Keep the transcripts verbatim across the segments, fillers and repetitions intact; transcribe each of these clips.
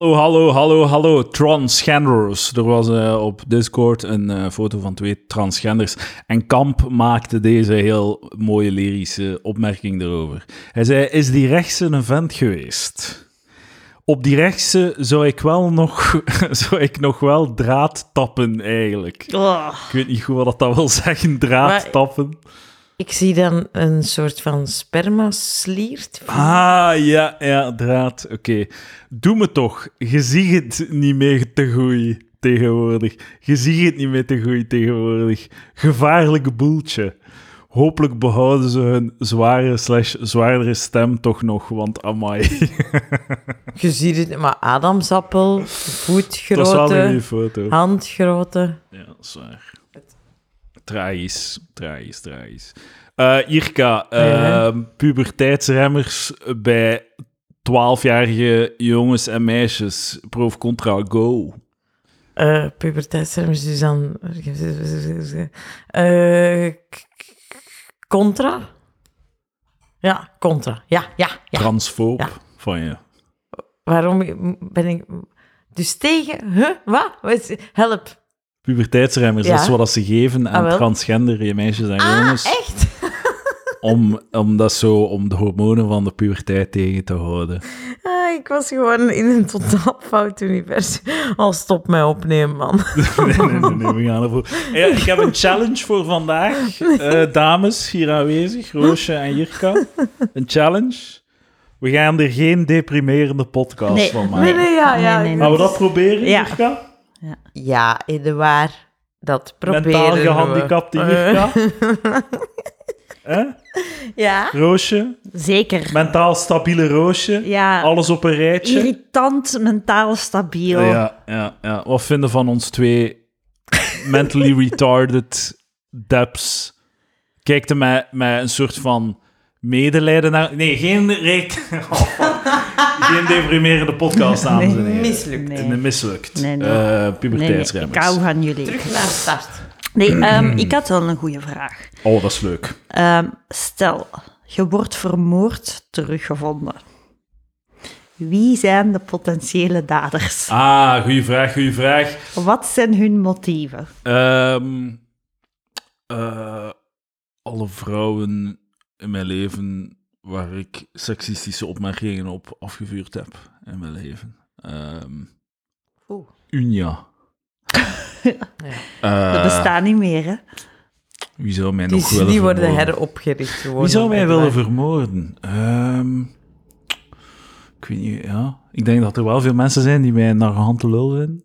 Oh, hallo, hallo, hallo, transgenders. Er was uh, op Discord een uh, foto van twee transgenders en Kamp maakte deze heel mooie lyrische opmerking erover. Hij zei, is die rechtse een vent geweest? Op die rechtse zou ik wel nog, zou ik nog wel draad tappen, eigenlijk. Oh. Ik weet niet goed wat dat wil zeggen, draad Maar, tappen. Ik zie dan een soort van spermasliert. Ah, ja, ja, draad. Oké. Okay. Doe me toch. Je ziet het niet meer te goed tegenwoordig. Je ziet het niet meer te goed tegenwoordig. Gevaarlijk boeltje. Hopelijk behouden ze hun zware slash zwaardere stem toch nog, want amai. Je ziet het, maar adamsappel, voetgrootte, dat is wel een goede foto. handgrootte. Ja, dat is waar. Tragisch, tragisch, tragisch. Uh, Jirka, uh, ja. puberteitsremmers bij twaalfjarige jongens en meisjes. Pro of contra, go. Uh, puberteitsremmers, dus dan... Uh, contra? Ja, contra. Ja, ja, ja. Transfoob ja. van je. Waarom ben ik... Dus tegen... Huh? Wat? Help. Puberteitsremmers, ja. Dat is wat ze geven aan ah, transgender meisjes en ah, jongens. Echt? om, om dat zo, om de hormonen van de puberteit tegen te houden. Ah, ik was gewoon in een totaal fout universum. Al stop mij opnemen, man. nee, nee, nee, nee, we gaan ervoor. Ja, ik heb een challenge voor vandaag. Uh, dames hier aanwezig, Roosje en Jirka. Een challenge. We gaan er geen deprimerende podcast nee. van maken. Nee, nee, ja, ja. Nee, nee, nee. Gaan we dat proberen, ja. Jirka? Ja, ja Eduard, dat proberen Mentaal gehandicapte Jirka. Eh? Ja. Roosje. Zeker. Mentaal stabiele Roosje. Ja. Alles op een rijtje. Irritant, mentaal stabiel. Ja, ja, ja. Wat vinden van ons twee mentally retarded depths? Kijkt er met, met een soort van medelijden naar... Nee, geen... Reek... Oh, geen deprimerende podcast, dames en heren. Mislukt. Nee. Nee, mislukt. Nee, nee. Uh, puberteitsremmers. Nee, nee. Ik hou van jullie. Terug naar start. Nee, um, ik had wel een goede vraag. Oh, dat is leuk. Um, stel, je wordt vermoord teruggevonden. Wie zijn de potentiële daders? Ah, goede vraag, goede vraag. Wat zijn hun motieven? Um, uh, alle vrouwen in mijn leven waar ik seksistische opmerkingen op afgevuurd heb in mijn leven. Um, Oeh. Unja. Ja. Uh, dat bestaat niet meer, hè? Wie zou mij die, nog willen die vermoorden? worden heropgericht. Wie zou mij willen vermoorden? Um, ik weet niet, ja. Ik denk dat er wel veel mensen zijn die mij een arrogante lul vinden.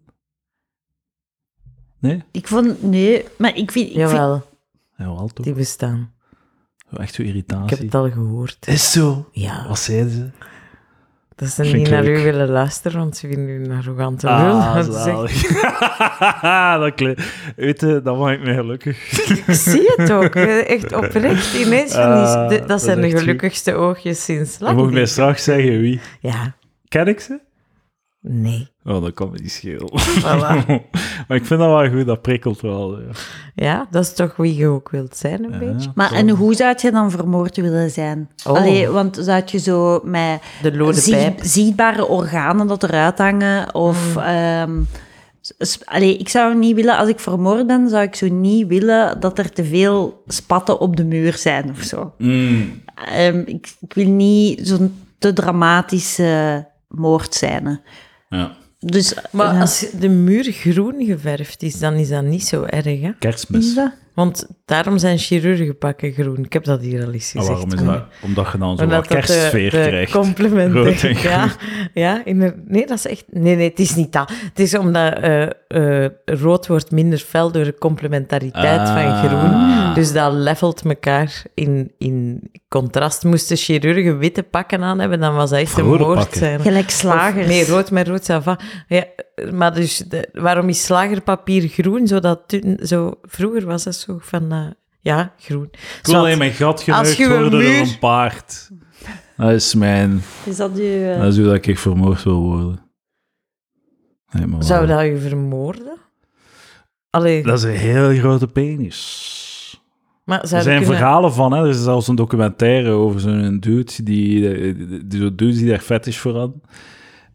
Nee? Ik vond... Nee, maar ik vind... Ik Jawel. Vind... Jawel, toch? Die bestaan. Echt zo irritatie. Ik heb het al gehoord. Is zo? Ja. Wat zeiden ze? Dat ze niet naar u willen luisteren, want ze vinden u een arrogante lul. Ah, zalig. dat kle- Weet je, dat maakt me gelukkig. Ik zie het ook. Echt oprecht. Ineens van die, Uh, de, dat, dat zijn de gelukkigste goed. Oogjes sinds lang. Je mag mij straks zeggen wie. Ja. Ken ik ze? Nee. Oh, dat kan me niet schelen. Voilà. Maar ik vind dat wel goed, dat prikkelt wel. Ja, ja dat is toch wie je ook wilt zijn, een ja, beetje. Maar en hoe zou je dan vermoord willen zijn? Oh. Allee, want zou je zo met de lode zie- pijp. zichtbare organen dat eruit hangen? Of... Mm. Um, sp- allee, ik zou niet willen... Als ik vermoord ben, zou ik zo niet willen dat er te veel spatten op de muur zijn of zo. Mm. Um, ik, ik wil niet zo'n te dramatische moordscène. Ja. Dus, Maar uh, als de muur groen geverfd is, dan is dat niet zo erg, hè? Kerstmis. Want daarom zijn chirurgenpakken groen. Ik heb dat hier al eens gezegd. Ah, waarom is dat? Omdat je dan zo Omdat wat kerstsfeer de, de krijgt. complimenten. Rood en groen. Ja, ja inder- nee, dat is echt... Nee, nee, het is niet dat. Het is omdat uh, uh, rood wordt minder fel door de complementariteit Ah. van groen. Dus dat levelt elkaar in, in contrast. Moesten chirurgen witte pakken aan hebben, dan was dat echt een Rode moord pakken. zijn. gelijk slagers. Of, nee, rood met rood, ça va. Ja, maar dus, de, waarom is slagerpapier groen? Zodat, zo, vroeger was dat zo van... Uh, ja, groen. Ik wil in mijn gat geneukt worden door muur... een paard. Dat is mijn... Is dat u... Uh... Dat is hoe dat ik vermoord wil worden. Nee, maar Zou wel. dat je vermoorden? Allee, Dat is een heel grote penis. maar Er zou zijn kunnen... verhalen van, hè. Er is zelfs een documentaire over zo'n dude, die, die, die, die, dude die daar fetish voor had.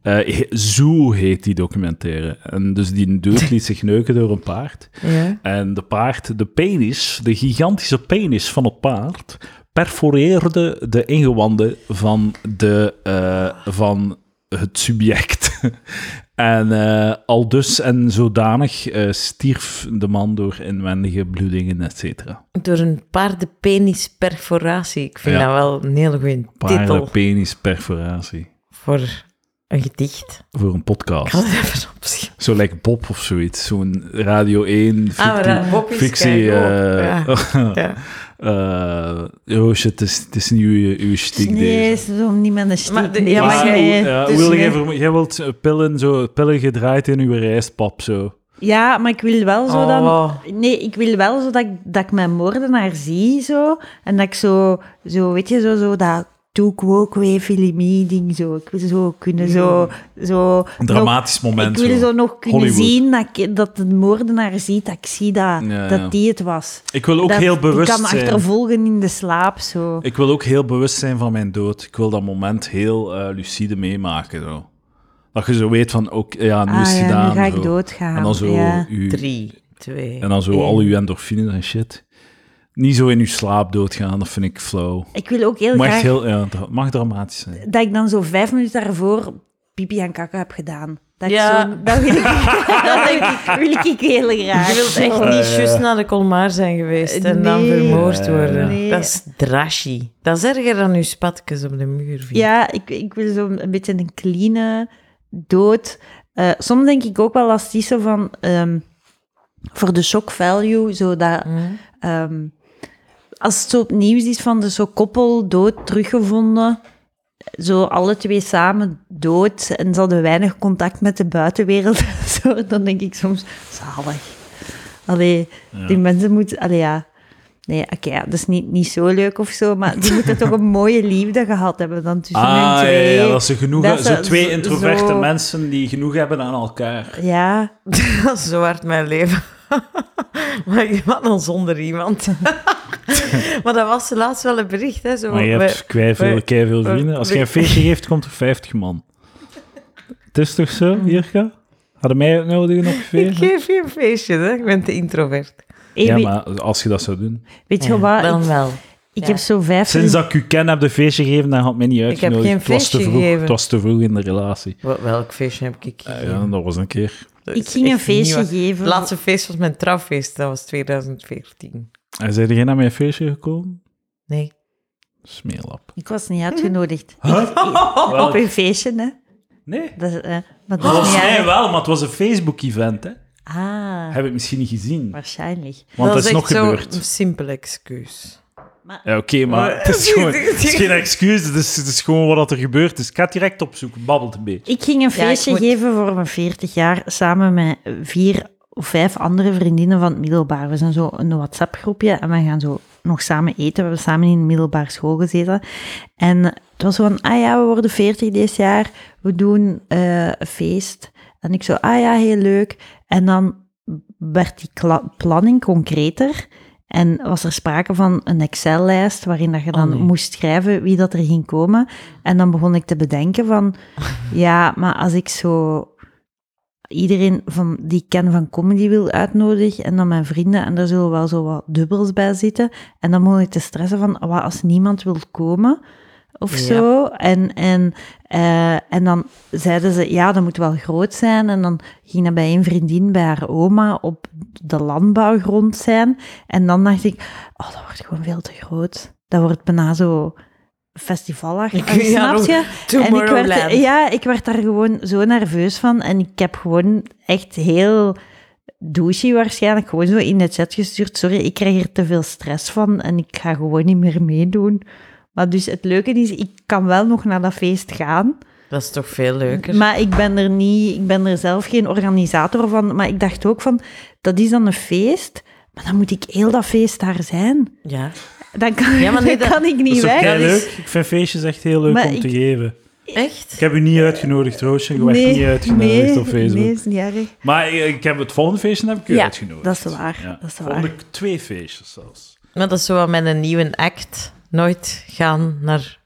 Uh, Zoo heet die documentaire. En dus die dood liet zich neuken door een paard. Ja. En de paard, de penis, de gigantische penis van het paard, perforeerde de ingewanden van, de, uh, van het subject. En uh, al dus en zodanig uh, stierf de man door inwendige bloedingen, et cetera. Door een paardenpenisperforatie. Ik vind Ja. dat wel een hele goede titel Paardenpenisperforatie. voor een gedicht. Voor een podcast. Ik ga het even opschrijven. Zo lijkt Bob of zoiets. Zo'n Radio één fictie. Ah, maar dat Bob is fictie kijk ook. uh, Ja. uh, Roosje, het is, het is niet uw, uw stiek Nee, deze. zo niet met een stiek. Maar de- nee, ja, maar maar jij- nee. Ja, Dus wil nee. jij, ver- jij wilt uh, pillen, zo, pillen gedraaid in uw rijstpap, zo. Ja, maar ik wil wel zo dan... Oh. Nee, ik wil wel zo dat ik, dat ik mijn moordenaar zie, zo. En dat ik zo, zo weet je, zo, zo dat toekwookweefilimi-ding, zo. Ik wil zo kunnen, zo... zo Een dramatisch nog, moment. Ik wil zo. zo nog kunnen Hollywood. zien dat, ik, dat de moordenaar ziet, dat ik zie dat, Ja, dat ja. die het was. Ik wil ook dat, heel bewust Die kan zijn. achtervolgen in de slaap, zo. Ik wil ook heel bewust zijn van mijn dood. Ik wil dat moment heel uh, lucide meemaken, zo. Dat je zo weet van, ook, ja, nu ah is het ja, gedaan. nu ga ik zo. doodgaan. En dan zo, ja. uw, Drie, twee, en dan zo één. al uw endorfines en shit. Niet zo in uw slaap doodgaan, dat vind ik flauw. Ik wil ook heel Maar graag... echt heel, ja, het mag dramatisch zijn. dat ik dan zo vijf minuten daarvoor pipi en kakken heb gedaan. Dat Ja. ik zo, dat wil ik, dat wil ik, wil ik heel graag. Je wilt echt Zo. niet ja. juist naar de Colmar zijn geweest en dan Nee. vermoord worden. Nee. Dat is drashi. Dat is erger dan uw spatjes op de muur. vind ik. Ja, ik, ik wil zo een beetje een clean dood. Uh, soms denk ik ook wel als die zo van... Um, voor de shock value, zo dat... Mm. Um, als het zo op nieuws is van de zo koppel dood teruggevonden, zo alle twee samen dood en ze hadden weinig contact met de buitenwereld, zo, dan denk ik soms, zalig. Allee, Ja. die mensen moeten... Allee, ja. Nee, oké, okay, ja, dat is niet, niet zo leuk of zo, maar die moeten toch een mooie liefde gehad hebben dan tussen Ah, hun ja, twee. ja, dat ze genoeg... Dat zo ze- twee zo- introverte zo- mensen die genoeg hebben aan elkaar. Ja, Dat is zo hard mijn leven. Maar ik wat dan zonder iemand. Maar dat was laatst wel een bericht. Hè, zo. Maar je hebt kei veel, wij- kei veel wij- vrienden. Als wij- jij een feestje geeft, komt er vijftig man. Het is toch zo, Jirka? Hadden mij uitnodigen op je Ik feest? geef je een feestje, hè. Ik ben te introvert. hey, Ja, weet, maar als je dat zou doen. weet je Ja, wat? dan Ik, wel. ik Ja. heb zo vijf... Sinds dat ik u ken, heb je een feestje gegeven, dan had mij niet heb uitgenodigd. geen het, was te feestje vroeg, gegeven. het was te vroeg in de relatie. Wel- Welk feestje heb ik Uh, gegeven? ja, dat was een keer. Dat Ik is ging een echt niet feestje waar. geven. Het laatste feest was mijn trouwfeest. Dat was tweeduizend veertien. En zijn er geen naar mijn feestje gekomen? Nee. Smeerlap. Ik was niet uitgenodigd. Huh? Ik- op een feestje, hè. Nee. Dat, is, eh, maar dat Volgens is niet mij erg. wel, maar het was een Facebook-event, hè. Ah, Heb ik misschien niet gezien. waarschijnlijk. Want dat dat is nog echt gebeurd. zo'n simpel excuus. Ja, oké, maar het is, gewoon, het is geen excuus. Het is, het is gewoon wat er gebeurd is. Ik ga het direct opzoeken. Babbelt een beetje. Ik ging een Ja, ik feestje moet- geven voor mijn veertig jaar samen met vier of vijf andere vriendinnen van het middelbaar. We zijn zo een WhatsApp-groepje en we gaan zo nog samen eten. We hebben samen in de middelbare school gezeten. En het was zo van, ah ja, we worden veertig dit jaar. We doen eh, een feest. En ik zo, ah ja, heel leuk. En dan werd die kla- planning concreter. En was er sprake van een Excel-lijst waarin dat je dan Oh, nee. moest schrijven wie dat er ging komen. En dan begon ik te bedenken van, ja, maar als ik zo iedereen van, die ik ken van comedy wil uitnodigen en dan mijn vrienden, en daar zullen wel zo wat dubbels bij zitten. En dan begon ik te stressen van, wat als niemand wil komen of Ja. zo. En, en, eh, en dan zeiden ze, ja, dat moet wel groot zijn. En dan ging dat bij een vriendin, bij haar oma, op de landbouwgrond zijn. En dan dacht ik, oh, dat wordt gewoon veel te groot. Dat wordt bijna zo festivalachtig, Ik- ja, snap je? En ik werd, Tomorrowland. ja, ik werd daar gewoon zo nerveus van. En ik heb gewoon echt heel douchey waarschijnlijk gewoon zo in de chat gestuurd. Sorry, ik krijg er te veel stress van en ik ga gewoon niet meer meedoen. Maar dus het leuke is, ik kan wel nog naar dat feest gaan. Dat is toch veel leuker. Maar ik ben er niet, ik ben er zelf geen organisator van. Maar ik dacht ook van, dat is dan een feest, maar dan moet ik heel dat feest daar zijn. Ja. Dan kan, Ja, maar nee, dan dat- kan ik Dat niet is ook weg. heel Dat is- leuk. Ik vind feestjes echt heel leuk Maar om te ik- geven. Echt? Ik heb u niet uitgenodigd, Roosje. Je werd niet uitgenodigd nee, op Facebook. Nee, is niet erg. Maar ik, ik heb het volgende feestje heb ik u Ja, uitgenodigd. dat is waar, Ja. dat is Volgende waar. twee feestjes zelfs. Maar dat is zo wat met een nieuwe act. Nooit gaan naar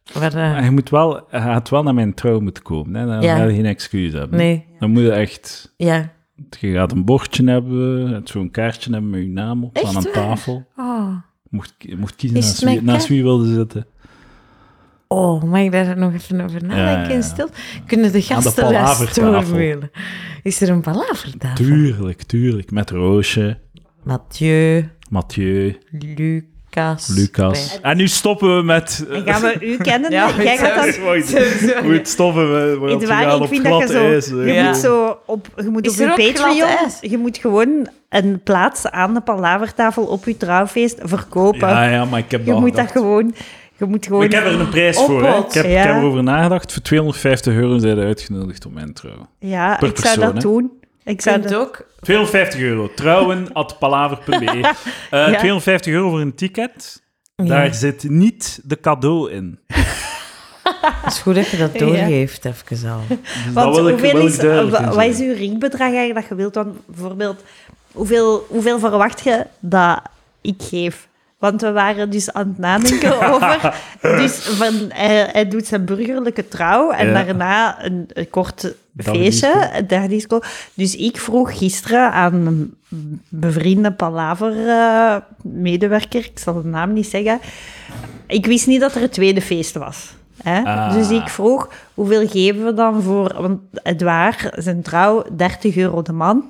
Waar, uh... Je moet wel, je gaat wel naar mijn trouw moeten komen. Hè? Dan Ja. ga je geen excuus hebben. Nee. Dan moet je echt... Ja. Je gaat een bordje hebben, je gaat zo'n kaartje hebben met je naam op Echt aan een waar? tafel. Oh. Je mocht, je mocht kiezen Is naast het wie, mijn naast wie wilde zitten. Oh, mag ik daar nog even over nadenken Ja, ja, ja. in stil? Kunnen de Aan de gasten rest palavertafel. doormailen? Is er een palavertafel? Tuurlijk, tuurlijk. Met Roosje, Mathieu, Mathieu, Lucas. Lucas. En nu stoppen we met... En gaan we u kennen? Ja, Jij gaat dan... Wacht, Sowieso. we moeten stoppen met... want we Edouard, gaan ik op vind dat je glad zo... ijs, hè. Je Ja. moet zo op... Je moet Is op er je ook glad Patreon... ijs? Je moet gewoon een plaats aan de palavertafel op je trouwfeest verkopen. Ja, ja, maar ik heb je dat moet dat gedacht. gewoon... Je moet gewoon... Maar ik heb er een prijs voor, hè. Oppot. Ik heb, Ja. ik heb erover nagedacht. Voor tweehonderdvijftig euro zijn je uitgenodigd op mijn trouw. Ja, per ik zou persoon, dat hè. doen. Ik zou Kunt dat... ook... tweehonderdvijftig euro. Trouwen at palaver punt be. Uh, Ja. tweehonderdvijftig euro voor een ticket. Ja. Daar zit niet de cadeau in. Het is goed dat je dat Ja. doorgeeft, even al. Dus Want dat wil ik, hoeveel wil is, ik duidelijk in wat is zijn. uw ringbedrag eigenlijk dat je wilt? Dan bijvoorbeeld, hoeveel, hoeveel verwacht je dat ik geef? Want we waren dus aan het nadenken over... Dus van, hij, hij doet zijn burgerlijke trouw en Ja. daarna een, een kort Dagdisco. feestje, een dagdisco. Dus ik vroeg gisteren aan een bevriende Palaver-medewerker, ik zal de naam niet zeggen, ik wist niet dat er een tweede feest was. Hè? Ah. Dus ik vroeg, hoeveel geven we dan voor... Want Edouard, zijn trouw, dertig euro de man.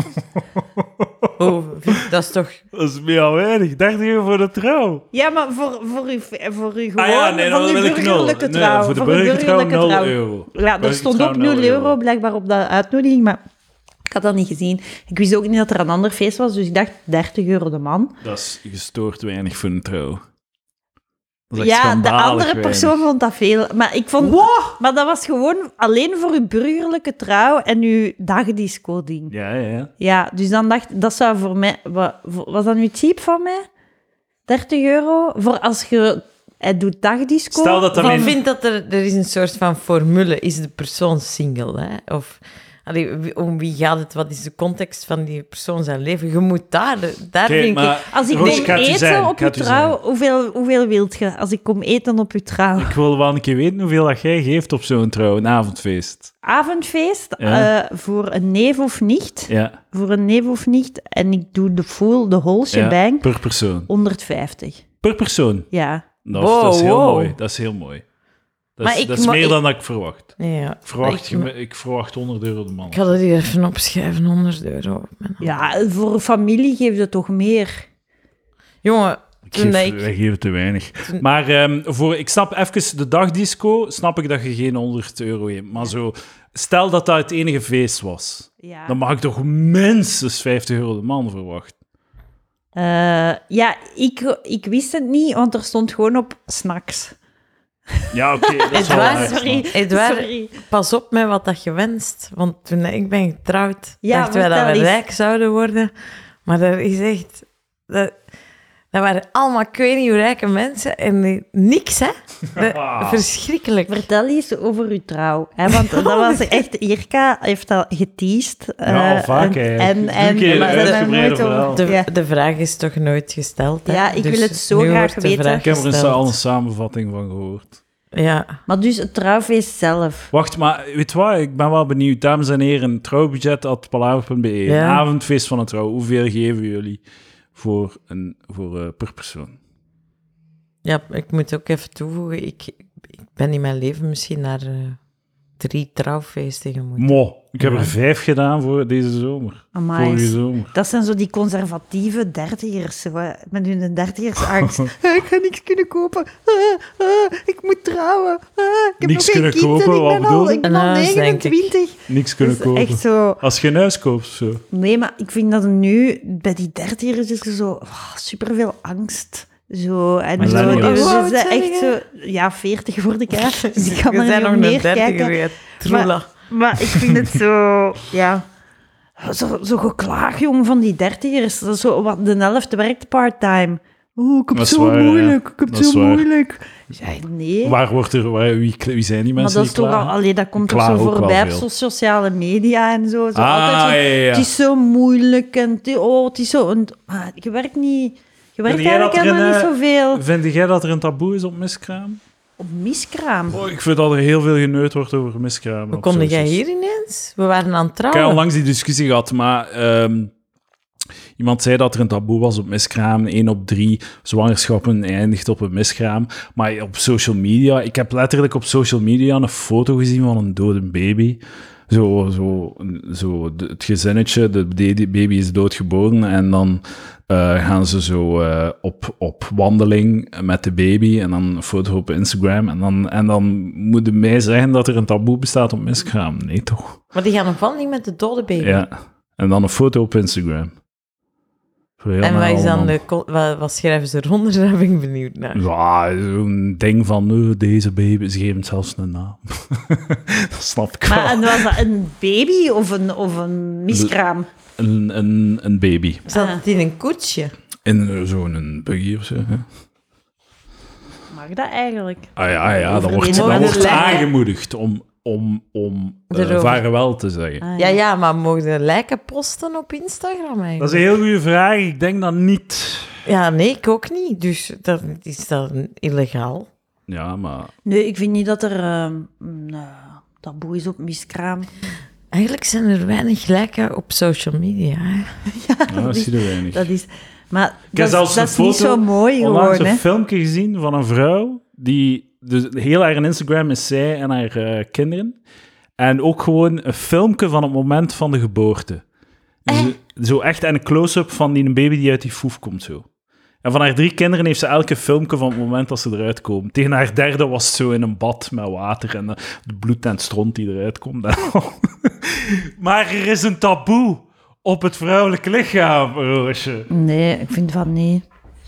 Oh, dat is toch... Dat is meer weinig. dertig euro voor de trouw. Ja, maar voor, voor, uw, voor uw gewoon... Ah ja, nee, voor dan uw wil ik nul. burgerlijke Nee, trouw. voor de uw burgerlijke trouw burgerlijke nul trouw. euro. Ja, er Burgerlijke stond trouw ook nul nul euro blijkbaar op de uitnodiging, maar ik had dat niet gezien. Ik wist ook niet dat er een ander feest was, dus ik dacht dertig euro de man. Dat is gestoord weinig voor een trouw. Dat is echt Ja, de schandalig andere weinig. persoon vond dat veel. Maar ik vond... Maar dat was gewoon alleen voor uw burgerlijke trouw en uw dagdisco-ding. Ja, ja, ja. Ja, dus dan dacht ik, dat zou voor mij... wa- Was dat nu cheap van mij? dertig euro? Voor als je... Hij doet dagdisco. Stel dat dat Ik mijn- vind dat er, er is een soort van formule. Is de persoon single? Hè? Of allee, wie- om wie gaat het? Wat is de context van die persoon zijn leven? Je moet daar... Daar Kijk, denk maar- ik... Als ik Roos, kom ik ga het u eten zeggen, op ik ga je het u trouw, zeggen. hoeveel, hoeveel wilt je? Als ik kom eten op je trouw. Ik wil wel een keer weten hoeveel dat jij geeft op zo'n trouw, een avondfeest. Avondfeest Ja. eh, voor een neef of nicht. Ja, Voor een neef of nicht. En ik doe de full, de whole ja, shebang. per persoon. honderdvijftig. Per persoon. Ja. Dat, is- Wow, dat is heel wow. mooi. Dat is heel mooi. Dat is, Maar ik dat is ma- meer ik- dan dat ik verwacht. Ja, Ik verwacht, ik, ik, ik verwacht honderd euro de man. ik ga dat hier even opschrijven, honderd euro. Ja, voor een familie geeft het toch meer. Jongen, Ik toen geef, ik... wij geven te weinig. Toen- Maar ehm, voor, ik snap even de dagdisco, snap ik dat je geen honderd euro hebt. Maar zo, stel dat dat het enige feest was, Ja. dan mag ik toch minstens vijftig euro de man verwachten. Eh, ja, ik, ik wist het niet, want er stond gewoon op snacks. Ja, oké. dat is wel Edouard, waar, Sorry. snap. Edouard, Sorry. pas op met wat dat je wenst. Want toen ik ben getrouwd, Ja, dachten wij dat vertel we eens. rijk zouden worden. Maar dat is echt... Dat, dat waren allemaal, ik weet niet hoe rijke mensen. En die- niks, hè. Dat- verschrikkelijk. Vertel eens over uw trouw. Hè? Want dat was echt... Irka heeft dat geteased. Ja, al eh, vaak, en, eigenlijk. en, Doe en, een keer maar een we hebben uitgebreide nooit over- verhaal. De, Ja. de vraag is toch nooit gesteld, hè? Ja, ik wil Dus het zo nu graag wordt de weten. vraag Ik heb er eens gesteld. al een samenvatting van gehoord. Ja. Maar dus het trouwfeest zelf. Wacht, maar weet je wat? Ik ben wel benieuwd. Dames en heren, trouwbudget at palaver punt be. Ja. Een avondfeest van een trouw. Hoeveel geven jullie voor, een, voor eh, per persoon? Ja, ik moet ook even toevoegen, ik, ik ben in mijn leven misschien naar eh, drie trouwfeesten gemoeten. Mo, ik heb Ja. er vijf gedaan voor deze zomer. Amai. Vorige zomer. Dat zijn zo die conservatieve dertigers. Zo, hè, met hun dertigersangst. ik ga niks kunnen kopen. Ah, ah, ik moet trouwen. Ah, ik heb Niks nog geen kunnen kind kopen, en wat ik ben bedoel al, je? ik ben Een al huis, denk ik. negenentwintig. Niks Dat kunnen is kopen. echt zo... Als je een huis koopt of zo. Nee, maar ik vind dat er nu, bij die dertigers, is er zo oh, superveel angst. Zo, en zo, Millennials. dus Hoe het oud is zijn echt zo... Ja, veertig word ik, hè. Dus ik kan We er zijn niet nog op een neerkijken. dertiger, troela. Maar ik vind het zo... Ja... Zo, zo geklaag, jong, van die dertigers. Dat is zo, wat, de helft werkt part-time. Oh, ik heb Dat het is zo waar, ja. moeilijk. Ik heb het Dat is zo waar. moeilijk. Ja, nee. Waar wordt er, waar, wie, wie zijn die Maar mensen dat is die toch al... klagen? Allee, dat komt toch klagen zo ook wel voorbij op veel. so- sociale media en zo. zo Ah, altijd zo, ja, ja, ja. Het is zo moeilijk en... het- Oh, het is zo... Een, ah, je werkt niet... Je werkt Vind jij eigenlijk dat er helemaal een, niet zoveel. Vind jij dat er een taboe is op miskraam? Op miskraam. Oh, ik vind dat er heel veel geneut wordt over miskramen. Hoe op kon jij socials. hier ineens? We waren aan het Ik trouwen. heb al langs die discussie gehad, maar ehm, iemand zei dat er een taboe was op miskraam. één op drie zwangerschappen eindigt op een miskraam. Maar op social media, ik heb letterlijk op social media een foto gezien van een dode baby. Zo, zo, zo de- het gezinnetje, de baby is doodgeboren en dan uh, gaan ze zo uh, op, op wandeling met de baby en dan een foto op Instagram en dan, en dan moeten mij zeggen dat er een taboe bestaat op miskraam. Nee, toch? Maar die gaan op wandeling met de dode baby. Ja, en dan een foto op Instagram. Voor heel En wat, naar is dan allemaal. de, co- wat, wat schrijven ze eronder? Daar ben ik benieuwd naar. Ja, zo'n ding van, uh, deze baby, ze geven het zelfs een naam. Dat snap ik Maar wel. en was dat een baby of een, of een miskraam? Een, een, een baby. Zat het in een koetsje? In uh, zo'n buggy of zo. Hè? Mag dat eigenlijk? Ah ja, ja Over dan wordt, de dan mogen wordt de lijken- aangemoedigd om, om, om uh, Erover. vaarwel te zeggen. Ah, Ja, ja, maar mogen de lijken posten op Instagram eigenlijk? Dat is een heel goede vraag. Ik denk dat niet. Ja, nee, ik ook niet. Dus dat is dat illegaal. Ja, maar... Nee, ik vind niet dat er ehm, een uh, taboe is op miskraam. Eigenlijk zijn er weinig lijken op social media. Hè? Ja, dat is- zie je weinig. Dat is... Maar Ik heb dat, zelfs is- dat een is niet foto zo mooi onlangs gewoon, een hè. filmpje gezien van een vrouw die... Dus heel haar Instagram is zij en haar uh, kinderen. En ook gewoon een filmpje van het moment van de geboorte. Eh? Zo, zo echt en een close-up van die baby die uit die foef komt zo. En van haar drie kinderen heeft ze elke filmpje van het moment dat ze eruit komen. Tegen haar derde was het zo in een bad met water en de, de bloed en stront die eruit komt. Maar er is een taboe op het vrouwelijke lichaam, Roosje. Nee, ik vind van niet.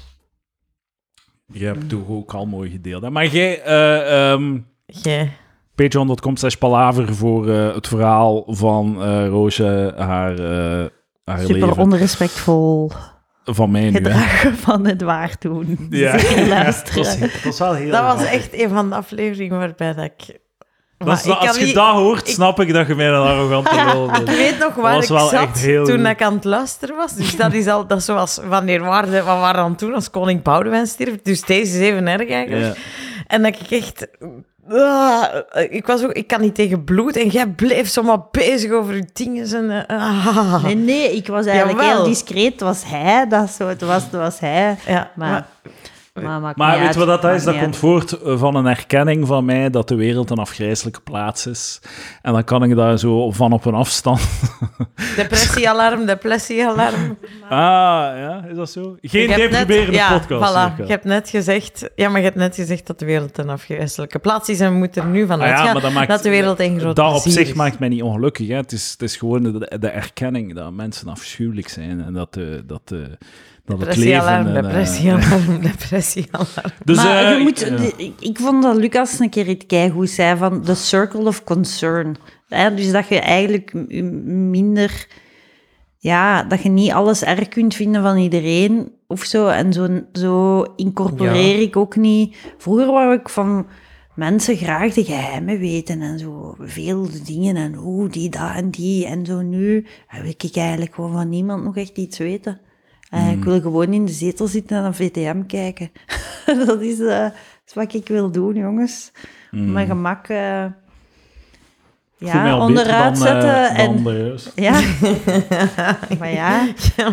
Je hebt toch ook al mooi gedeeld. Hè? Maar jij, eh um, Jij. patreon dot com slash palaver voor uh, het verhaal van uh, Roosje, haar, uh, haar Super leven. onrespectvol Van mij nu, hè. gedragen van het waard doen. Ja. Zeker Ja, luisteren. dat, was, dat was wel heel Dat was grappig. echt een van de afleveringen waarbij dat ik... Dat Maar is- ik als kan je niet- dat hoort, ik- snap ik dat je mij een arrogante lul Ik bent. weet nog waar was ik wel zat echt heel toen goed. ik aan het luisteren was. Dus dat is al... Dat is zoals... Wanneer waren, wat waren dan toen als koning Boudewijn stierf? Dus deze is even erg eigenlijk. Ja. En dat ik echt... ah, ik, was ook, ik kan niet tegen bloed. En jij bleef zomaar bezig over je dingen. En, ah. Nee, nee, ik was eigenlijk Jawel. heel discreet. Het was hij, dat zo, het was, het was hij. Ja, Maar, maar- maar, maakt Maar niet weet uit, je wat dat maakt is? Dat niet komt uit. voort van een erkenning van mij dat de wereld een afgrijzelijke plaats is. En dan kan ik daar zo van op een afstand... Depressiealarm, depressiealarm. Ah, ja, is dat zo? Geen Ik heb net- deprimerende ja, podcast. Voilà, Jirka. je hebt net gezegd... Ja, maar je hebt net gezegd dat de wereld een afgrijzelijke plaats is en we moeten er nu van Ah ja, uitgaan maar dat maakt- dat de wereld een groot Dat op plezier zich is. maakt mij niet ongelukkig. Hè. Het, is, het is gewoon de, de erkenning dat mensen afschuwelijk zijn en dat, de, dat, de, dat het leven... Depressiealarm, en, eh, depressiealarm, depressiealarm. Dus, maar eh, je moet, ja. ik, ik vond dat Lucas een keer iets keigoed zei van the circle of concern. Hè? Dus dat je eigenlijk m- minder... Ja, dat je niet alles erg kunt vinden van iedereen of zo. En zo, zo incorporeer Ja. ik ook niet... Vroeger wou ik van mensen graag de geheimen weten en zo. Veel dingen en hoe, die, dat en die. En zo nu wil ik eigenlijk gewoon van niemand nog echt iets weten. Uh, Ik wil gewoon in de zetel zitten en naar V T M kijken. dat, is, uh, dat is wat ik wil doen, jongens. Mm. Mijn gemak uh, Ik voel mij ja, al onderuit beter dan, zetten. eh, dan en, de rest. ja. maar ja,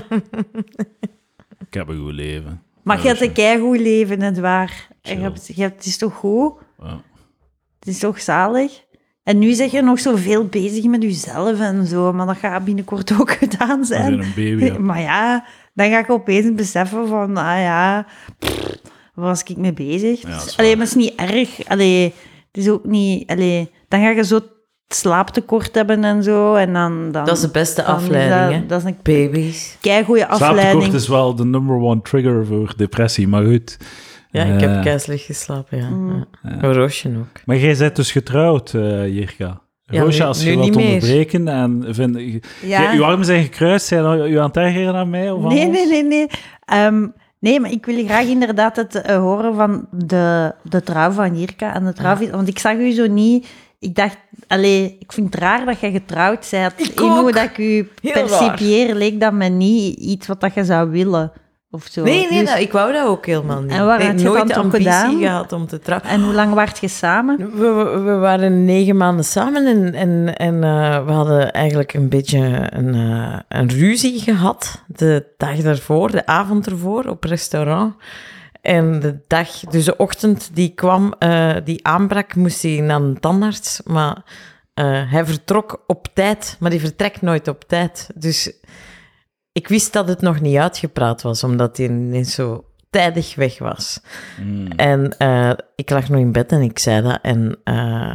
Ik heb een goed leven. maar je hebt een keigoed leven, het waar. En je Chill. hebt, je hebt, het is toch goed? Ja. Het is toch zalig? En nu zeg je nog zoveel bezig met jezelf en zo, maar dat gaat binnenkort ook gedaan Als je zijn. een baby hebt. Maar ja, dan ga ik opeens beseffen van, ah ja, pff, waar was ik mee bezig? Ja, dat is Dus, allee, waar. maar het is niet erg. Allee, het is ook niet... Allee, dan ga je zo slaaptekort hebben en zo, en dan... dan Dat is de beste dan is afleiding, hè? dat, dat is een Baby's. keigoeie afleiding. Slaaptekort is wel de number one trigger voor depressie, maar goed. Ja, ik heb Eh, keiselijk geslapen, ja. Mm. ja. Een Roosje ook. Maar jij bent dus getrouwd, uh, Jirka. Ja, Roosje, nu- als nu je wilt niet meer. onderbreken en vind... Ja. Jij- uw armen zijn gekruist, zijn u aan het ergeren aan mij? Of aan Nee, ons? nee, nee, nee. Ehm, nee, maar ik wil graag inderdaad het eh, horen van de, de trouw van Jirka en de trouw van... Want ik zag u zo niet... Ik dacht, allee, ik vind het raar dat je getrouwd bent. Ik In hoe ook. dat ik u Heel percipieer, leek dat me niet iets wat dat je zou willen. Of zo. Nee, nee, Dus- dat, ik wou dat ook helemaal niet. En waar ik had heb je nooit dan de toch ambitie gedaan? gehad om te trouwen. En hoe lang waart je samen? We, we, we waren negen maanden samen en, en, en uh, we hadden eigenlijk een beetje een, uh, een ruzie gehad. De dag daarvoor, de avond ervoor, op restaurant. En de dag, dus de ochtend die kwam, uh, die aanbrak, moest hij naar een tandarts. Maar uh, hij vertrok op tijd, maar die vertrekt nooit op tijd. Dus ik wist dat het nog niet uitgepraat was, omdat hij ineens zo tijdig weg was. Mm. En uh, ik lag nog in bed en ik zei dat. En uh,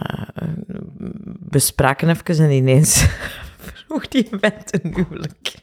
we spraken even en ineens vroeg hij mij ten huwelijk.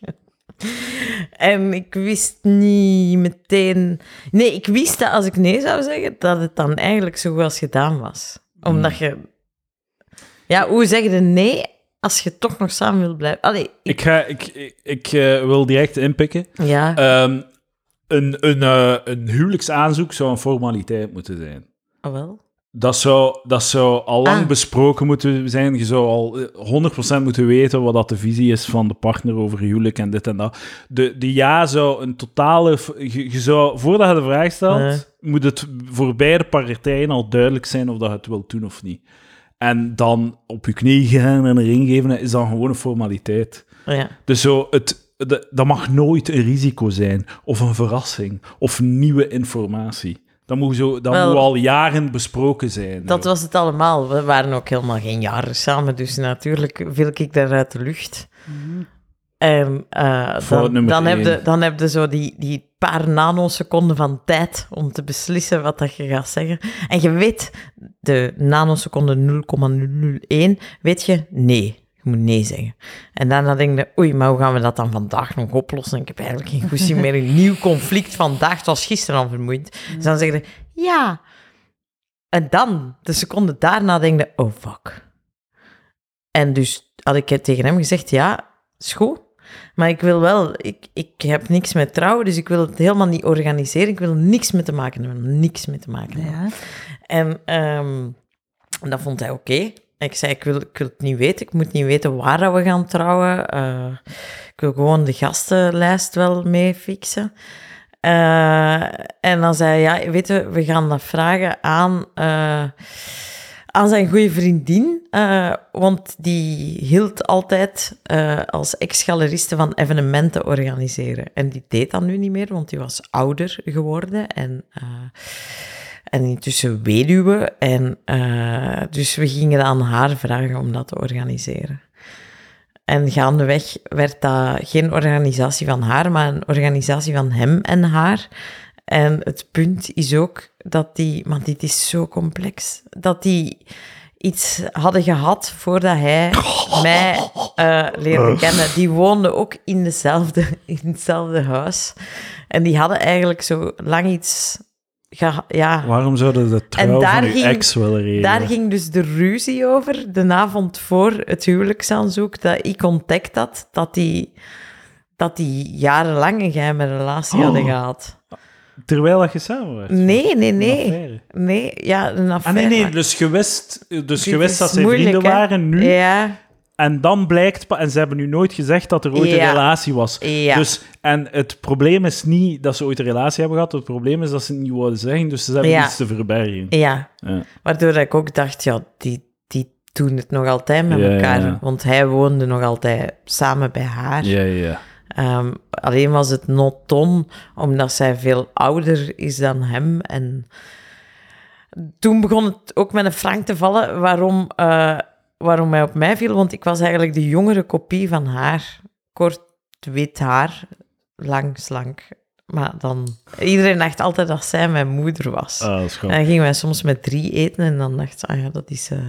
En ik wist niet meteen... Nee, ik wist dat als ik nee zou zeggen, dat het dan eigenlijk zo goed als gedaan was. Omdat je... Ja, hoe zeg je nee als je toch nog samen wil blijven? Allee, ik... Ik, ga, ik, ik, ik uh, wil direct inpikken. Ja. Um, een, een, uh, een huwelijksaanzoek zou een formaliteit moeten zijn. Oh wel? Dat zou, dat zou al lang ah. besproken moeten zijn. Je zou al honderd procent moeten weten wat dat de visie is van de partner over huwelijk en dit en dat. De, de ja zou een totale... Je, je zou, voordat je de vraag stelt, uh. moet het voor beide partijen al duidelijk zijn of dat je het wilt doen of niet. En dan op je knieën gaan en een ring geven, is dan gewoon een formaliteit. Ja. Dus zo, het, de, dat mag nooit een risico zijn, of een verrassing, of nieuwe informatie. Dat moet, zo, dat Wel, moet al jaren besproken zijn. Dat zo. was het allemaal. We waren ook helemaal geen jaren samen, dus natuurlijk viel ik daar uit de lucht. Mm-hmm. En uh, dan, dan, heb je, dan heb je zo die, die paar nanoseconden van tijd om te beslissen wat dat je gaat zeggen. En je weet, de nanoseconde nul komma nul nul één, weet je, nee. Je moet nee zeggen. En daarna denk je, oei, maar hoe gaan we dat dan vandaag nog oplossen? Ik heb eigenlijk geen goed zin meer in een nieuw conflict vandaag. Het was gisteren al vermoeiend. Mm. Dus dan zeg je, ja. En dan, de seconde daarna, denk je, oh, fuck. En dus had ik tegen hem gezegd, ja, is goed. Maar ik wil wel, ik, ik heb niks met trouwen, dus ik wil het helemaal niet organiseren. Ik wil niks mee te maken hebben. Niks mee te maken hebben. Ja. En um, dat vond hij oké. Okay. Ik zei, ik wil, ik wil het niet weten. Ik moet niet weten waar we gaan trouwen. Uh, ik wil gewoon de gastenlijst wel mee fixen. Uh, en dan zei hij, ja, weet je, we gaan dat vragen aan, uh, aan zijn goede vriendin. Uh, want die hield altijd uh, als ex-galeriste van evenementen organiseren. En die deed dat nu niet meer, want die was ouder geworden. En... Uh, En intussen weduwe. En uh, dus we gingen aan haar vragen om dat te organiseren. En gaandeweg werd dat geen organisatie van haar, maar een organisatie van hem en haar. En het punt is ook dat die... Maar dit is zo complex. Dat die iets hadden gehad voordat hij mij uh, leerde kennen. Die woonden ook in, dezelfde, in hetzelfde huis. En die hadden eigenlijk zo lang iets... Ja, ja. Waarom zouden de trouw van uw ex willen regelen? Daar ging dus de ruzie over, de avond voor het huwelijksaanzoek, dat ik ontdekt had dat die, dat die jarenlang een geheime relatie oh. hadden gehad. Terwijl dat je samen was? Nee, nee, nee. Nee, ja, een affaire. Ah, nee, nee, dus je wist, dus je wist dat ze vrienden waren nu... Ja. En dan blijkt, en ze hebben nu nooit gezegd dat er ooit ja. een relatie was. Ja. Dus, en het probleem is niet dat ze ooit een relatie hebben gehad, het probleem is dat ze het niet wilden zeggen, dus ze hebben ja. iets te verbergen. Ja. ja, waardoor ik ook dacht, ja, die, die doen het nog altijd met ja, elkaar. Ja. Want hij woonde nog altijd samen bij haar. Ja, ja. Um, alleen was het non-ton, omdat zij veel ouder is dan hem. En toen begon het ook met een frank te vallen waarom... Uh, waarom hij op mij viel, want ik was eigenlijk de jongere kopie van haar. Kort wit haar, lang, slank. Maar dan... Iedereen dacht altijd dat zij mijn moeder was. Ah, dat is goed. En dan gingen wij soms met drie eten en dan dacht ze, ah ja, dat is uh,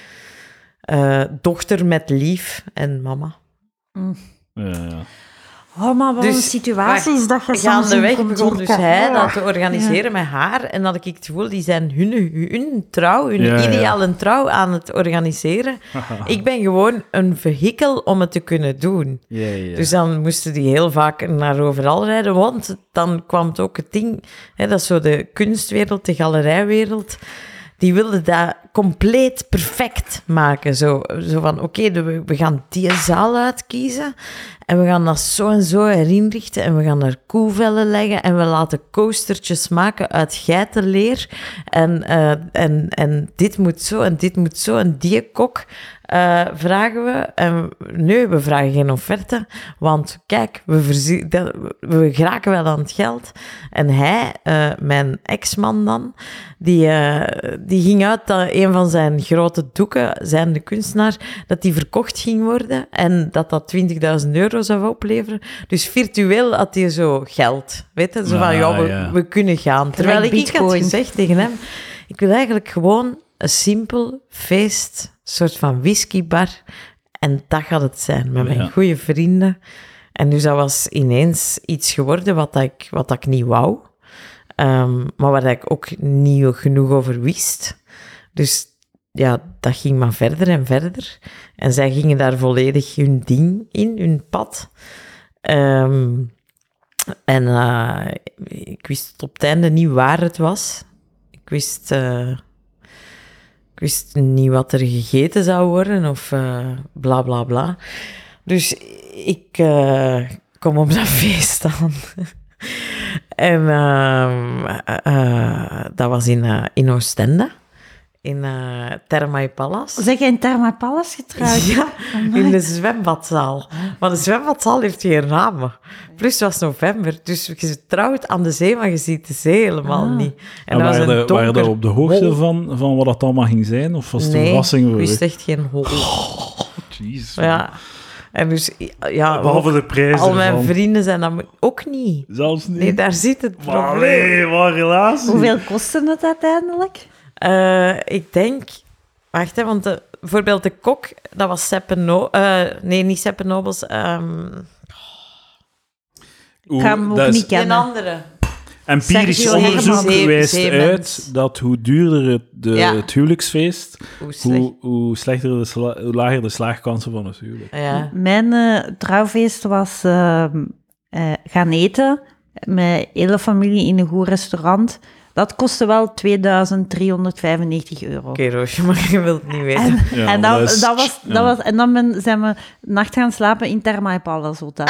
uh, dochter met lief en mama. Mm. Ja, ja. Oh, maar wat dus, een situatie is dat je soms... Gaandeweg begon dus hij dat te organiseren ja. met haar. En dat ik het gevoel, die zijn hun, hun trouw, hun ja, ideale ja. trouw aan het organiseren. Ik ben gewoon een vehikel om het te kunnen doen. Ja, ja. Dus dan moesten die heel vaak naar overal rijden. Want dan kwam het ook het ding... Hè, dat is zo de kunstwereld, de galerijwereld... Die wilden dat compleet perfect maken. Zo, zo van, oké, okay, we, we gaan die zaal uitkiezen en we gaan dat zo en zo herinrichten en we gaan er koevellen leggen en we laten coastertjes maken uit geitenleer en, uh, en, en dit moet zo en dit moet zo en die kok uh, vragen we. En nee, we vragen geen offerte, want kijk, we, verzie- dat, we geraken wel aan het geld. En hij, uh, mijn ex-man dan, die, uh, die ging uit dat een van zijn grote doeken, zijn de kunstenaar, dat die verkocht ging worden en dat dat twintigduizend euro zou opleveren. Dus virtueel had hij zo geld. Weet je, zo van, ah, ja, we, ja, we kunnen gaan. Terwijl ik, ik had gezegd tegen hem, ik wil eigenlijk gewoon een simpel feest, een soort van whiskybar. En dat gaat het zijn, met mijn ja. goede vrienden. En dus dat was ineens iets geworden wat ik, wat ik niet wou. Um, maar waar ik ook niet genoeg over wist. Dus ja, dat ging maar verder en verder. En zij gingen daar volledig hun ding in, hun pad. Um, en uh, ik wist tot op het einde niet waar het was. Ik wist, uh, ik wist niet wat er gegeten zou worden of uh, bla bla bla. Dus ik uh, kom op dat feest aan. En uh, uh, dat was in, uh, in Oostende. In uh, Thermae Palace. Zeg jij in Thermae Palace getrouwd? Ja, oh in de zwembadzaal. Maar de zwembadzaal heeft geen ramen. Plus het was november, dus je trouwt aan de zee, maar je ziet de zee helemaal ah. niet. En, en dat was een donker... Waren je op de hoogte van, van wat dat allemaal ging zijn? Of was het nee, een verrassing? Nee, ik wist echt geen hol. Oh, jeez. Ja. En dus, ja, behalve de prijzen. Al mijn van... vrienden zijn dat ook niet. Zelfs niet? Nee, daar zit het probleem. Maar nee, wat relatie. Hoeveel kostte het uiteindelijk? Uh, ik denk... Wacht, hè, want de, bijvoorbeeld de kok, dat was Seppe No... Uh, nee, niet Seppe Nobels. Um... Ik ga hem ook niet kennen. Een andere. Empirisch Sergio onderzoek Zee- wijst Zeemens. uit dat hoe duurder het, de, Ja. het huwelijksfeest, Hoe slecht. hoe, hoe, slechter de sla- hoe lager de slaagkansen van het huwelijk. Ja. Mijn uh, trouwfeest was uh, uh, gaan eten met hele familie in een goed restaurant. Dat kostte wel tweeduizend driehonderdvijfennegentig euro. Oké, okay, Roosje, maar je wilt het niet weten. En, Ja, en, dan, dat is- dat was, ja. dat was, en dan ben, zijn we nacht gaan slapen in Thermae Palace Hotel.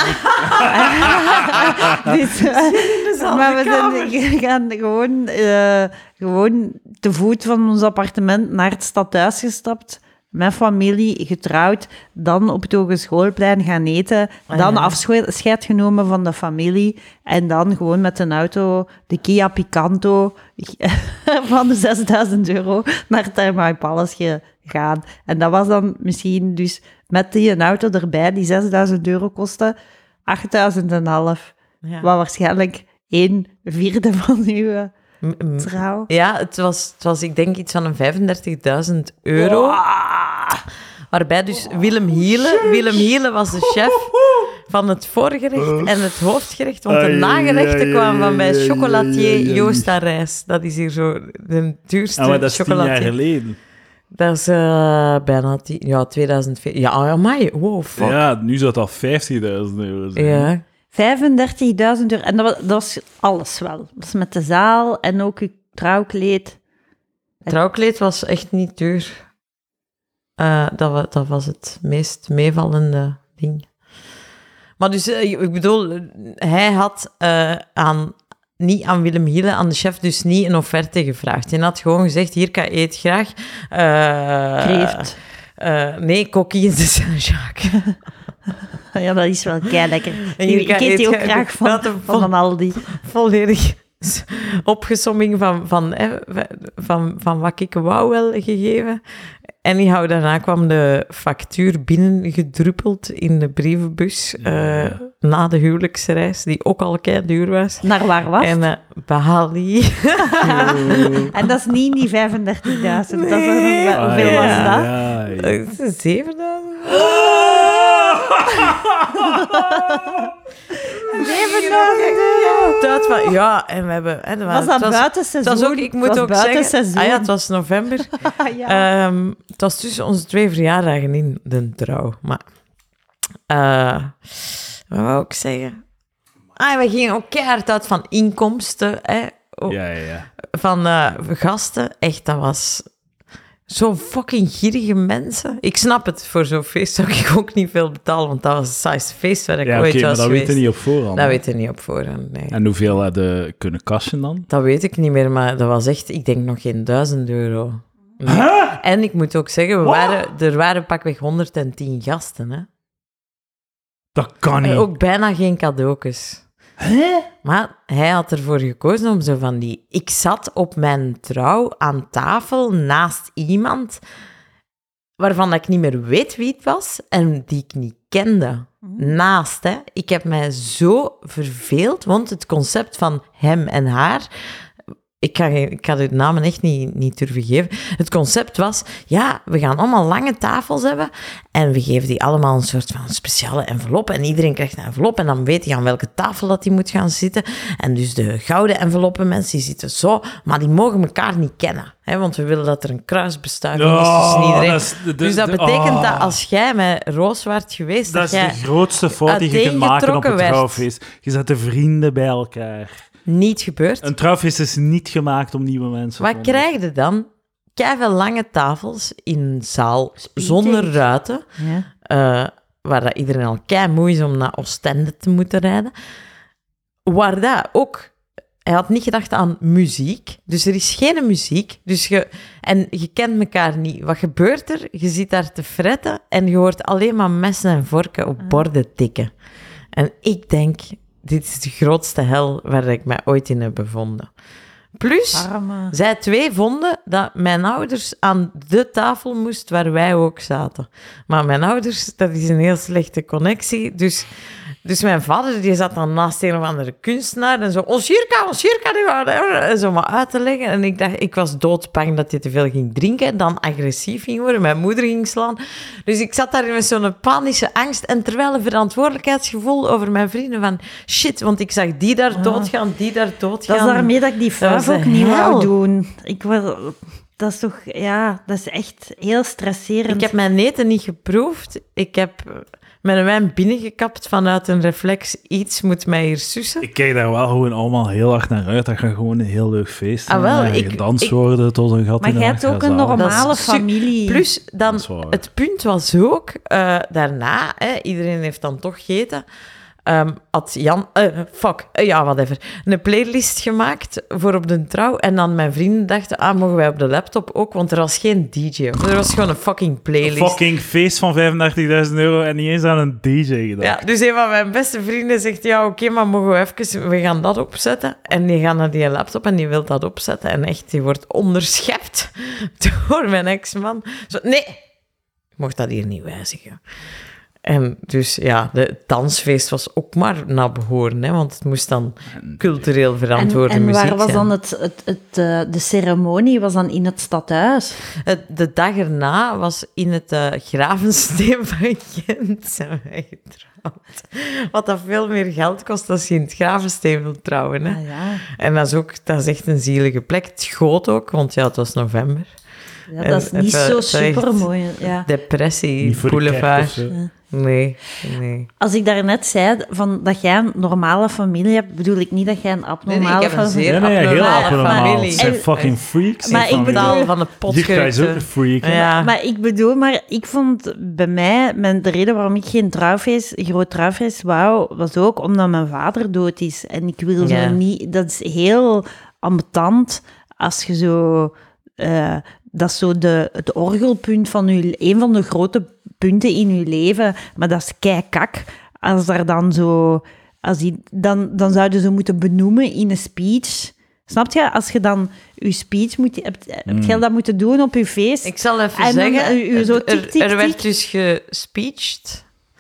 dus, uh, maar we zijn gaan gewoon, uh, gewoon te voet van ons appartement naar het stadhuis gestapt. Met familie, getrouwd, dan op het Hogeschoolplein gaan eten, Ah, dan ja. afscheid genomen van de familie en dan gewoon met een auto, de Kia Picanto, van de zesduizend euro naar Thermae Palace gegaan. En dat was dan misschien dus met die auto erbij, die zesduizend euro kostte, achtduizend en half. Ja. Wat waarschijnlijk een vierde van uw M- m- trouw. Ja, het was, het was, ik denk, iets van een vijfendertigduizend euro. Wow. Waarbij dus Willem Hiele... Willem Hiele was de chef van het voorgerecht en het hoofdgerecht. Want de Ai, nagerechten ai, kwamen van bij ai, ai, chocolatier ai, ai. Joost Arijs. Dat is hier zo de duurste Ah, maar dat is tien jaar chocolatier. geleden. Dat is uh, bijna tien... Ja, tweeduizend veertien. Ja, amai. Wow, fuck. Ja, nu zou dat vijftigduizend euro zijn. Ja. vijfendertigduizend euro. En dat was, dat was alles wel. Dat was met de zaal en ook uw trouwkleed. Het trouwkleed was echt niet duur. Uh, dat, wa- dat was het meest meevallende ding. Maar dus, uh, ik bedoel, hij had uh, aan, niet aan Willem Hiele, aan de chef, dus niet een offerte gevraagd. Hij had gewoon gezegd, hier, ik eet graag. Uh, Kreeft. Uh, nee, coquille de Saint-Jacques. Ja, dat is wel kei lekker. En Ik hier kan eet die ook eten- graag van, dat een van een Aldi. Volledig opgesomming van, van, hè, van, van wat ik wou wel gegeven. Anyhow, daarna kwam de factuur binnengedruppeld in de brievenbus uh, Ja. na de huwelijksreis, die ook al kei duur was. Naar waar was En het? uh, Bali. En dat is niet die vijfendertigduizend. Dat is Nee. nog- hoeveel was dat? Ja, ja. zevenduizend? zevenduizend euro. Dat van, ja, en we hebben... En Was dat het buiten het seizoen? was ook, ik moet Het was ook buiten zeggen... seizoen. Ah ja, het was november. Ja. Ehm, het was tussen onze twee verjaardagen in de trouw. Maar... eh, wat wou ik zeggen? Ah, we gingen ook keihard uit van inkomsten, hè. O- Ja, ja, ja. Van eh, gasten. Echt, dat was... Zo fucking gierige mensen. Ik snap het, voor zo'n feest zou ik ook niet veel betalen, want dat was het saaiste feest waar ik ja, ooit okay, was maar dat geweest. weet je niet op voorhand. Dat weet je niet op voorhand, nee. En hoeveel hadden kunnen cashen dan? Dat weet ik niet meer, maar dat was echt, ik denk nog geen duizend euro. Nee. Huh? En ik moet ook zeggen, we waren, er waren pakweg honderdtien gasten, hè. Dat kan niet. En ook bijna geen cadeautjes. Hè? Maar hij had ervoor gekozen om zo van die... Ik zat op mijn trouw aan tafel naast iemand waarvan ik niet meer weet wie het was en die ik niet kende. Naast, hè. Ik heb mij zo verveeld, want het concept van hem en haar... Ik ga, ik ga de namen echt niet, niet durven geven. Het concept was, ja, we gaan allemaal lange tafels hebben en we geven die allemaal een soort van speciale envelop en iedereen krijgt een envelop en dan weet hij aan welke tafel dat die moet gaan zitten. En dus de gouden enveloppen, mensen, die zitten zo, maar die mogen elkaar niet kennen. Hè, want we willen dat er een kruisbestuiving is tussen Oh, iedereen. dat is de- de- dus dat de- betekent oh. dat als jij met Roos waart geweest, Dat dat, is jij de grootste fout die je kunt maken op uiteengetrokken een werd. trouwfeest. Je zet de vrienden bij elkaar. niet gebeurt. Een trouwfeest is niet gemaakt om nieuwe mensen te Wat krijg je dan? Keiveel lange tafels in een zaal zonder ruiten, Ja. uh, waar dat iedereen al kei moe is om naar Oostende te moeten rijden. Waar dat ook... Hij had niet gedacht aan muziek, dus er is geen muziek. Dus je, en je kent elkaar niet. Wat gebeurt er? Je zit daar te fretten en je hoort alleen maar messen en vorken op borden tikken. En ik denk, dit is de grootste hel waar ik mij ooit in heb bevonden. Plus, Arme. zij twee vonden dat mijn ouders aan de tafel moest waar wij ook zaten. Maar mijn ouders, dat is een heel slechte connectie. Dus, dus mijn vader, die zat dan naast een of andere kunstenaar en zo, ons Jirka, ons Jirka, die waren en zo maar uit te leggen. En ik dacht, ik was doodbang dat hij te veel ging drinken en dan agressief ging worden. Mijn moeder ging slaan. Dus ik zat daar met zo'n panische angst en terwijl een verantwoordelijkheidsgevoel over mijn vrienden van shit, want ik zag die daar doodgaan, die daar doodgaan. Dat is daarmee dat ik die Dat was vuif ook een niet hel. wou doen. Ik wil, dat is toch, ja, dat is echt heel stresserend. Ik heb mijn eten niet geproefd. Ik heb mijn wijn binnengekapt vanuit een reflex. Iets moet mij hier sussen. Ik kijk daar wel gewoon allemaal heel hard naar uit. Dat gaat gewoon een heel leuk feest zijn. Ah, wel, En ik- gedanst ik- worden tot een gat Maar in de jij nacht. hebt ook Ja, een zalig. normale Dat is su- familie. Plus, dan, Dat is waar. het punt was ook, eh, daarna, hè, iedereen heeft dan toch gegeten, ehm, had Jan, eh, fuck, eh, ja, whatever, een playlist gemaakt voor op de trouw. En dan mijn vrienden dachten, ah, mogen wij op de laptop ook? Want er was geen D J. Er was gewoon een fucking Een playlist. fucking feest van vijfendertigduizend euro en niet eens aan een D J gedacht. Ja, dus een van mijn beste vrienden zegt, ja, oké, maar mogen we even, we gaan dat opzetten. En die gaat naar die laptop en die wil dat opzetten. En echt, die wordt onderschept door mijn ex-man. Zo, nee, je mocht dat hier niet wijzigen. En dus ja, de het dansfeest was ook maar naar behoren, hè, want het moest dan cultureel En, verantwoorde en muziek waar was zijn. dan het, het, het, eh, de ceremonie? Was dan in het stadhuis? Het- De dag erna was in het uh, Gravensteen van Gent zijn wij getrouwd. Wat dat veel meer geld kost als je in het Gravensteen wilt trouwen. Hè? Ah, ja. En dat is, ook, dat is echt een zielige plek. Het goot ook, want ja, het was november. Ja, dat is En niet het, zo het is echt supermooi. Ja. Depressie, Niet voor de kerk of boulevard. zo. Nee, nee. Als ik daarnet zei van dat jij een normale familie hebt, bedoel ik niet dat jij een Nee, abnormale nee, ik heb een familie zeer Nee, nee, heel abnormale abnormaal. familie. Het zijn En- fucking freaks. Maar die ik familie. bedoel- Taal van de Jirka is ook een potgeukte. freak. hè. Ja. Maar ik bedoel, maar ik vond bij mij, mijn, de reden waarom ik geen trouwfeest, groot trouwfeest wou, was ook omdat mijn vader dood is. En ik wil Ja. zo niet, dat is heel ambetant als je zo, eh, dat is zo de, het orgelpunt van je, een van de grote punten in je leven, maar dat is keikak. Als daar dan zo, als die, dan, dan zouden ze moeten benoemen in een speech. Snap je? Als je dan je speech moet, hebt, heb je dat moeten doen op je feest? Ik zal even En dan, zeggen, eh, u zo tik, er, tik, er werd tik. dus gespeecht.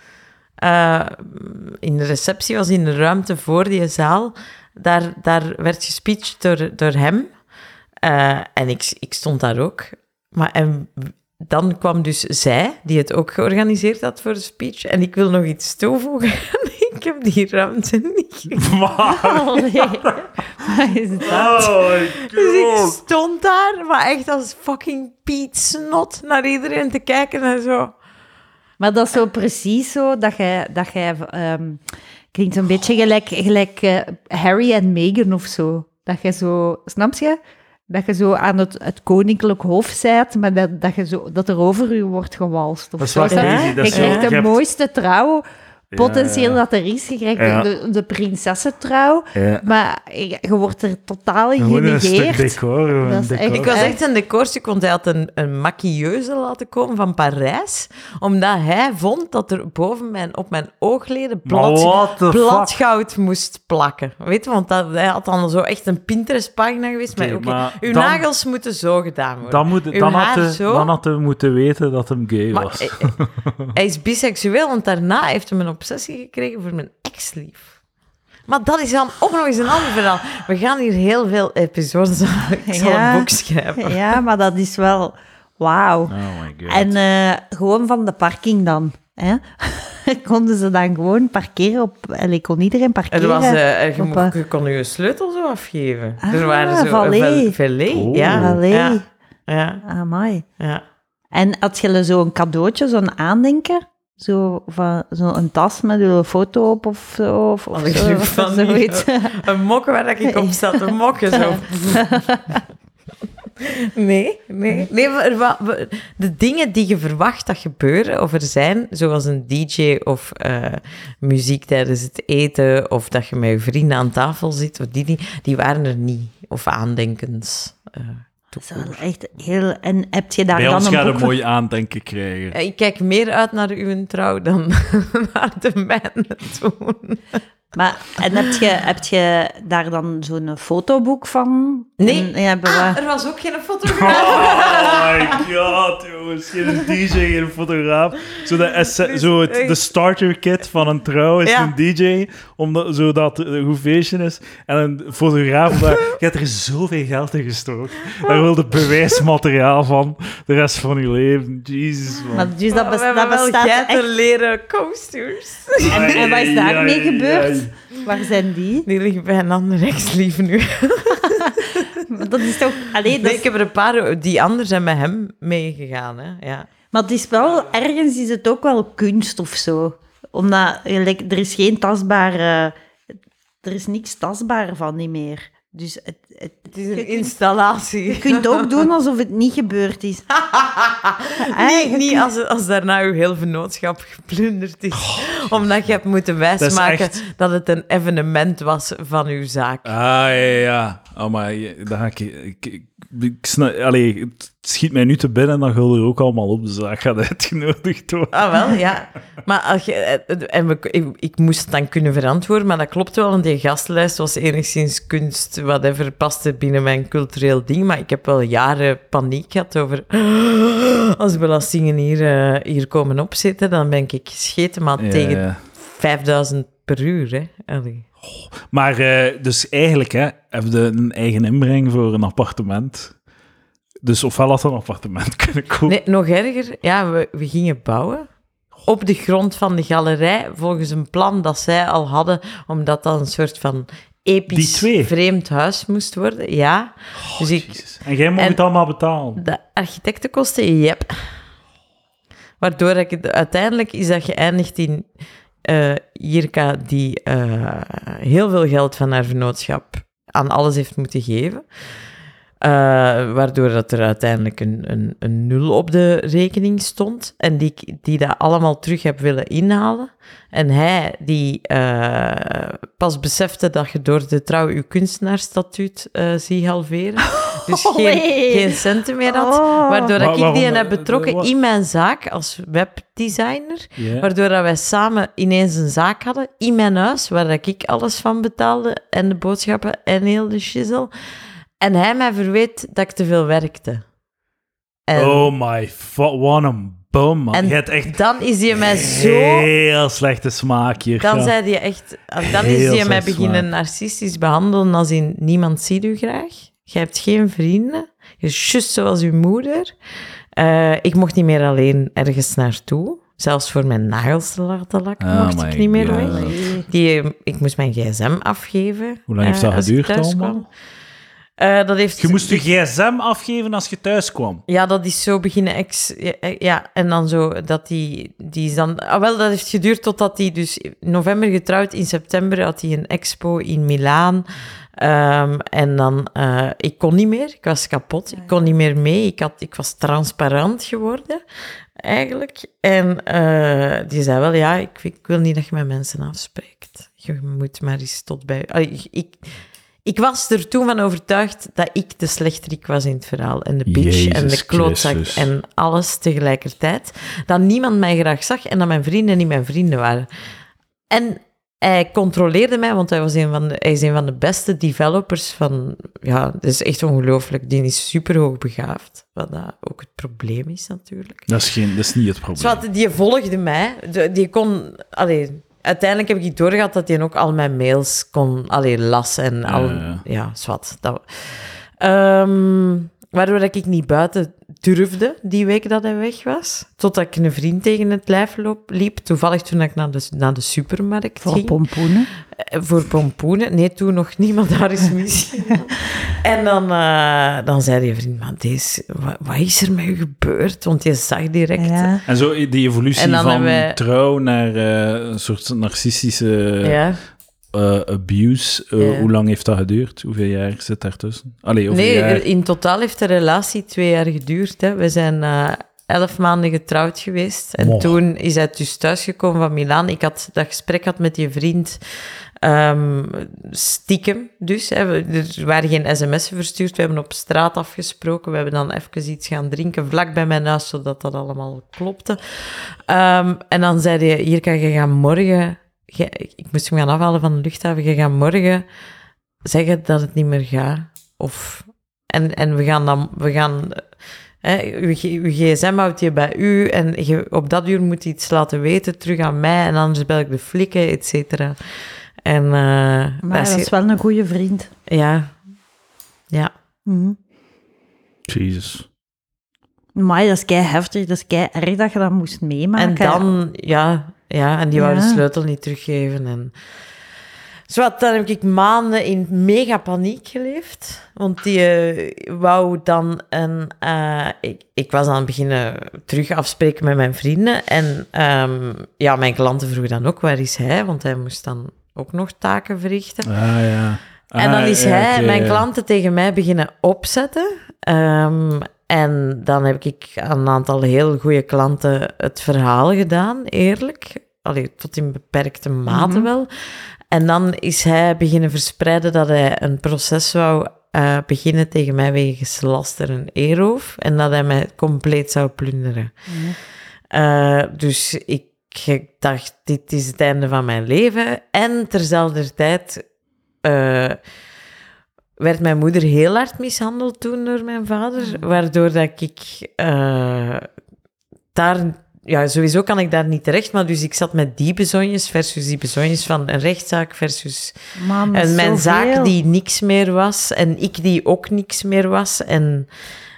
Uh, in de receptie was in de ruimte voor die zaal. Daar, daar werd gespeecht door, door hem. Uh, en ik, ik stond daar ook. Maar en dan kwam dus zij, die het ook georganiseerd had voor de speech. En ik wil nog iets toevoegen. Ik heb die ruimte niet gekregen. Oh, nee. Wat is dat? Oh my Dus ik god. stond daar, maar echt als fucking Piet Snot naar iedereen te kijken en zo. Maar dat is zo precies zo dat jij... Dat jij ehm, klinkt een beetje gelijk, gelijk eh, Harry en Meghan of zo. Dat jij zo... Snap je? dat je zo aan het, het koninklijk hof zit, maar dat, dat, je zo, dat er over u wordt gewalst. Of dat is zo. wel Dat- crazy. Je Dat is zo- krijgt de je hebt- mooiste trouw, potentieel Ja. dat er is. Je krijgt Ja. de, de prinsessentrouw, Ja. maar je, je wordt er totaal in Gewoon een stuk genegeerd. decor. gewoon Dat is decor. echt- Ik was echt een decorstuk, want hij had een, een maquilleuse laten komen van Parijs, omdat hij vond dat er boven mijn, op mijn oogleden Maar plat, what the plat fuck? goud moest plakken. Weet je, want dat, hij had dan zo echt een Pinterest-pagina geweest Oké, met, oké, maar uw dan- nagels moeten zo gedaan worden. Dan, moet, Uw dan, had haar hij, zo. dan had hij moeten weten dat hem gay Maar was. hij, hij is biseksueel, want daarna heeft hij een obsessie gekregen voor mijn ex-lief. Maar dat is dan ook nog eens een ander verhaal. We gaan hier heel veel episodes aan. Ik zal Ja. een boek schrijven. Ja, maar dat is wel... Wauw. Oh my god. En eh, gewoon van de parking dan. Hè? Konden ze dan gewoon parkeren op... Allee, kon iedereen parkeren? Er was, eh, je, op, mocht- eh, je kon je sleutel zo afgeven. Ah, er waren zo valet. vel- valet. Oh. Ja. Allee. Ja. Ja. Amai. Ja. En had je zo'n cadeautje, zo'n aandenken? Zo van zo'n tas met een foto op of zo? Of, of Allee, zo, ik of van zoiets. Een mok waar ik op zat, een mokken zo. Nee, nee. nee maar, wa- wa- de dingen die je verwacht dat gebeuren of er zijn, zoals een D J of eh, muziek tijdens het eten, of dat je met je vrienden aan tafel zit, of die, die, die waren er niet. Of aandenkens. eh. Dat is wel echt heel... En heb je daar Bij dan ons een gaat boek een van- mooi aandenken krijgen. Ja, ik kijk meer uit naar uw trouw dan naar de mijne toen. Maar, en heb je, heb je daar dan zo'n fotoboek van? Nee. En, ja, bewaar- Ah, er was ook geen fotograaf. Oh my god, jongens. Geen D J, geen fotograaf. Zo, de, esse- zo het, de starter kit van een trouw is Ja. een D J, omdat, zodat het een goed feestje is. En een fotograaf, daar, je hebt er zoveel geld in gestoken. Daar wil je bewijsmateriaal van de rest van je leven. Jezus, man. Maar dus dat, Oh, bes- we hebben dat wel bestaat geiten echt. leren coasters. En, en wat is daarmee Ai, ai, gebeurd? ai. Waar zijn die? Die liggen bij een ander ex-lief nu. Dat is toch... Allee, dat Nee, is- ik heb er een paar die anders zijn met hem meegegaan. Hè. Ja. Maar het is wel... Ergens is het ook wel kunst of zo. Omdat gelijk, er is geen tastbare... Er is niks tastbaar van niet meer. Dus het, het, Het is je een kunt- installatie. Je kunt ook doen alsof het niet gebeurd is. niet niet als, als daarna uw heel vennootschap geplunderd is. omdat je hebt moeten Dat is wijsmaken echt- dat het een evenement was van uw zaak. Ah, ja, ja. Oh, maar je- dat ga ik... ik, ik, ik snap, allee, het schiet mij nu te binnen, dan ga je er ook allemaal op de zaak gaan uitgenodigd worden. Ah, wel, ja. Maar als je, en we, ik, ik moest het dan kunnen verantwoorden, maar dat klopt wel, want die gastlijst was enigszins kunst, whatever, paste binnen mijn cultureel ding. Maar ik heb wel jaren paniek gehad over... Als belastingen hier, uh, hier komen opzitten, dan ben ik gescheten, maar Ja, tegen ja. vijfduizend per uur, hè. Allee. Maar eh, dus eigenlijk hè, heb je een eigen inbreng voor een appartement. Dus ofwel had een appartement kunnen kopen. Nee, nog erger. Ja, we, we gingen bouwen op de grond van de galerij, volgens een plan dat zij al hadden, omdat dat een soort van Die episch twee? vreemd huis moest worden. Ja. dus ik, Jezus. En jij moet en- het allemaal betalen. de architectenkosten, yep. Waardoor ik het, uiteindelijk is dat geëindigd in eh Jirka, die eh, heel veel geld van haar vennootschap aan alles heeft moeten geven. Uh, waardoor dat er uiteindelijk een, een, een nul op de rekening stond. En die, die dat allemaal terug heb willen inhalen. En hij, die uh, pas besefte dat je door de trouw je kunstenaarsstatuut uh, ziet halveren. Dus Oh, geen, nee. geen centen meer had. Oh. Waardoor Maar ik waarom, die eh, heb betrokken wat- in mijn zaak als webdesigner. Ja. Waardoor dat wij samen ineens een zaak hadden in mijn huis, waar dat ik alles van betaalde en de boodschappen en heel de shizzle. En hij mij verweet dat ik te veel werkte. En Oh my fuck, what een bum, man. En Je hebt echt dan is hij mij zo... heel slechte smaak hier. Dan ja. zei hij echt... Dan Heel is hij mij slecht beginnen smaak. narcistisch behandelen als in niemand ziet u graag. Je hebt geen vrienden. Je is juist zoals uw moeder. Uh, ik mocht niet meer alleen ergens naartoe. Zelfs voor mijn nagels te laten lakken Oh mocht my ik niet meer God. weg. Die, ik moest mijn gsm afgeven. Hoe lang heeft uh, dat als ik geduurd thuis allemaal? kwam. Uh, dat heeft... Je moest je gsm afgeven als je thuis kwam. Ja, dat is zo beginnen ex... Ja, en dan zo dat die... die is dan... Ah, wel, dat heeft geduurd totdat hij dus... In november getrouwd, in september had hij een expo in Milaan. Um, en dan... Uh, ik kon niet meer, ik was kapot. Ik kon niet meer mee. Ik, had, ik was transparant geworden, eigenlijk. En uh, die zei wel, ja, ik, ik wil niet dat je met mensen afspreekt. Je moet maar eens tot bij... Uh, ik... ik Ik was er toen van overtuigd dat ik de slechterik was in het verhaal. En de bitch Jezus en de klootzak Christus. En alles tegelijkertijd. Dat niemand mij graag zag en dat mijn vrienden niet mijn vrienden waren. En hij controleerde mij, want hij, was een van de, hij is een van de beste developers van... Ja, dat is echt ongelooflijk. Die is superhoog begaafd. Wat dat ook het probleem is, natuurlijk. Dat is, geen, dat is niet het probleem. Dus die volgde mij. Die kon... Allee, uiteindelijk heb ik doorgehad dat hij ook al mijn mails kon, allee, las en al, ja, ja. ja zwart. Dat, um, waardoor ik niet buiten durfde die week dat hij weg was. Totdat ik een vriend tegen het lijf loop, liep. Toevallig toen ik naar de, naar de supermarkt voor ging. Voor pompoenen? Uh, voor pompoenen. Nee, toen nog niet, maar daar is missie. En dan, uh, dan zei die vriend, maar deze, wat, wat is er met u gebeurd? Want je zag direct... Ja. En zo die evolutie van wij... trouw naar uh, een soort narcistische ja. uh, abuse. Uh, ja. Hoe lang heeft dat geduurd? Hoeveel jaar zit daartussen? Allee, nee, jaar... in totaal heeft de relatie twee jaar geduurd. Hè. We zijn... Uh, elf maanden getrouwd geweest. En oh. toen is hij dus thuisgekomen van Milaan. Ik had dat gesprek had met die vriend... Um, stiekem dus. Hè. Er waren geen sms'en verstuurd. We hebben op straat afgesproken. We hebben dan even iets gaan drinken vlak bij mijn huis, zodat dat allemaal klopte. Um, en dan zei hij, hier kan je gaan morgen... Je, ik moest hem gaan afhalen van de luchthaven. Je gaat morgen zeggen dat het niet meer gaat. Of... En, en we gaan dan... We gaan, hè, uw, uw gsm houdt je bij u en je, op dat uur moet je iets laten weten, terug aan mij, en anders bel ik de flikken, et cetera. En, uh, maar dat is, dat is wel een goede vriend. Ja. Ja. Mm-hmm. Jezus. Maar dat is kei heftig, dat is kei erg dat je dat moest meemaken. En dan, ja, ja en die ja. wou de sleutel niet teruggeven. En... Zo, dan heb ik maanden in mega paniek geleefd. Want die uh, wou dan een... Uh, ik, ik was aan het beginnen terug afspreken met mijn vrienden. En um, ja, mijn klanten vroegen dan ook, waar is hij? Want hij moest dan ook nog taken verrichten. Ah, ja. Ah, en dan is ja, hij, okay, mijn ja. klanten tegen mij beginnen opzetten. Um, en dan heb ik aan een aantal heel goede klanten het verhaal gedaan, eerlijk. Allee, tot in beperkte mate mm-hmm. wel. En dan is hij beginnen verspreiden dat hij een proces wou uh, beginnen tegen mij wegens laster en eeroof. En dat hij mij compleet zou plunderen. Mm. Uh, dus ik dacht, dit is het einde van mijn leven. En terzelfde tijd uh, werd mijn moeder heel hard mishandeld toen door mijn vader. Mm. Waardoor dat ik uh, daar... Ja, sowieso kan ik daar niet terecht, maar dus ik zat met die bezonjes versus die bezonjes van een rechtszaak versus Mam, en mijn zoveel. zaak die niks meer was en ik die ook niks meer was. En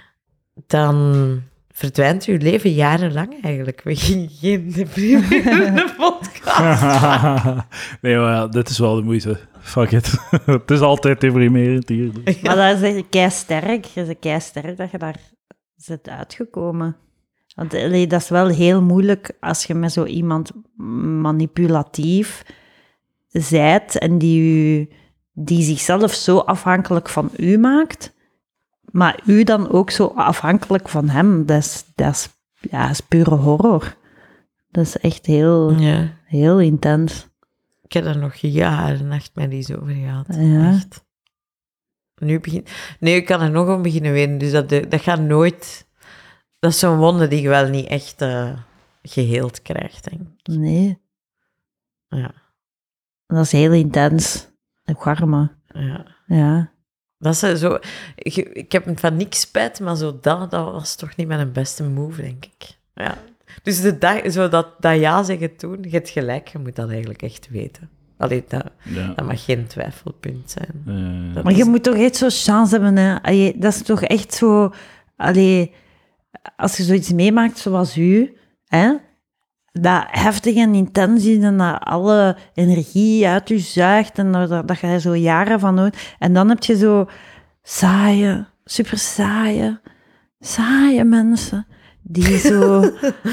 dan verdwijnt uw leven jarenlang eigenlijk. We gingen geen deprimerende in de podcast. Nee, maar ja, dit is wel de moeite. Fuck it. Het is altijd deprimerend hier. Dus. Ja. Maar dat is echt kei sterk. Je is kei sterk dat je daar zit uitgekomen. Want allee, dat is wel heel moeilijk als je met zo iemand manipulatief zijt en die, u, die zichzelf zo afhankelijk van u maakt, maar u dan ook zo afhankelijk van hem. Dat is, dat is, ja, dat is pure horror. Dat is echt heel, ja. heel intens. Ik heb er nog jaren nachtmerries over gehad. Ja. Echt. Nu begin... Nee, ik kan er nog om beginnen weten, dus dat, dat gaat nooit... Dat is zo'n wonde die je wel niet echt uh, geheeld krijgt, denk ik. Nee. Ja. Dat is heel intens. Garme. Ja. Ja. Dat is zo... Ik, ik heb van niks spijt, maar zo dat, dat was toch niet mijn beste move, denk ik. Ja. Dus de dag, zo dat, dat ja zeggen toen, je hebt gelijk, je moet dat eigenlijk echt weten. Allee, dat, ja. dat mag geen twijfelpunt zijn. Uh, maar je is... moet toch echt zo'n chance hebben, hè? Allee, dat is toch echt zo... Allee... Als je zoiets meemaakt zoals u, hè, dat heftig en intens is en dat alle energie uit je zuigt en dat, dat je er zo jaren van hoort. En dan heb je zo saaie, super saaie, saaie mensen die zo,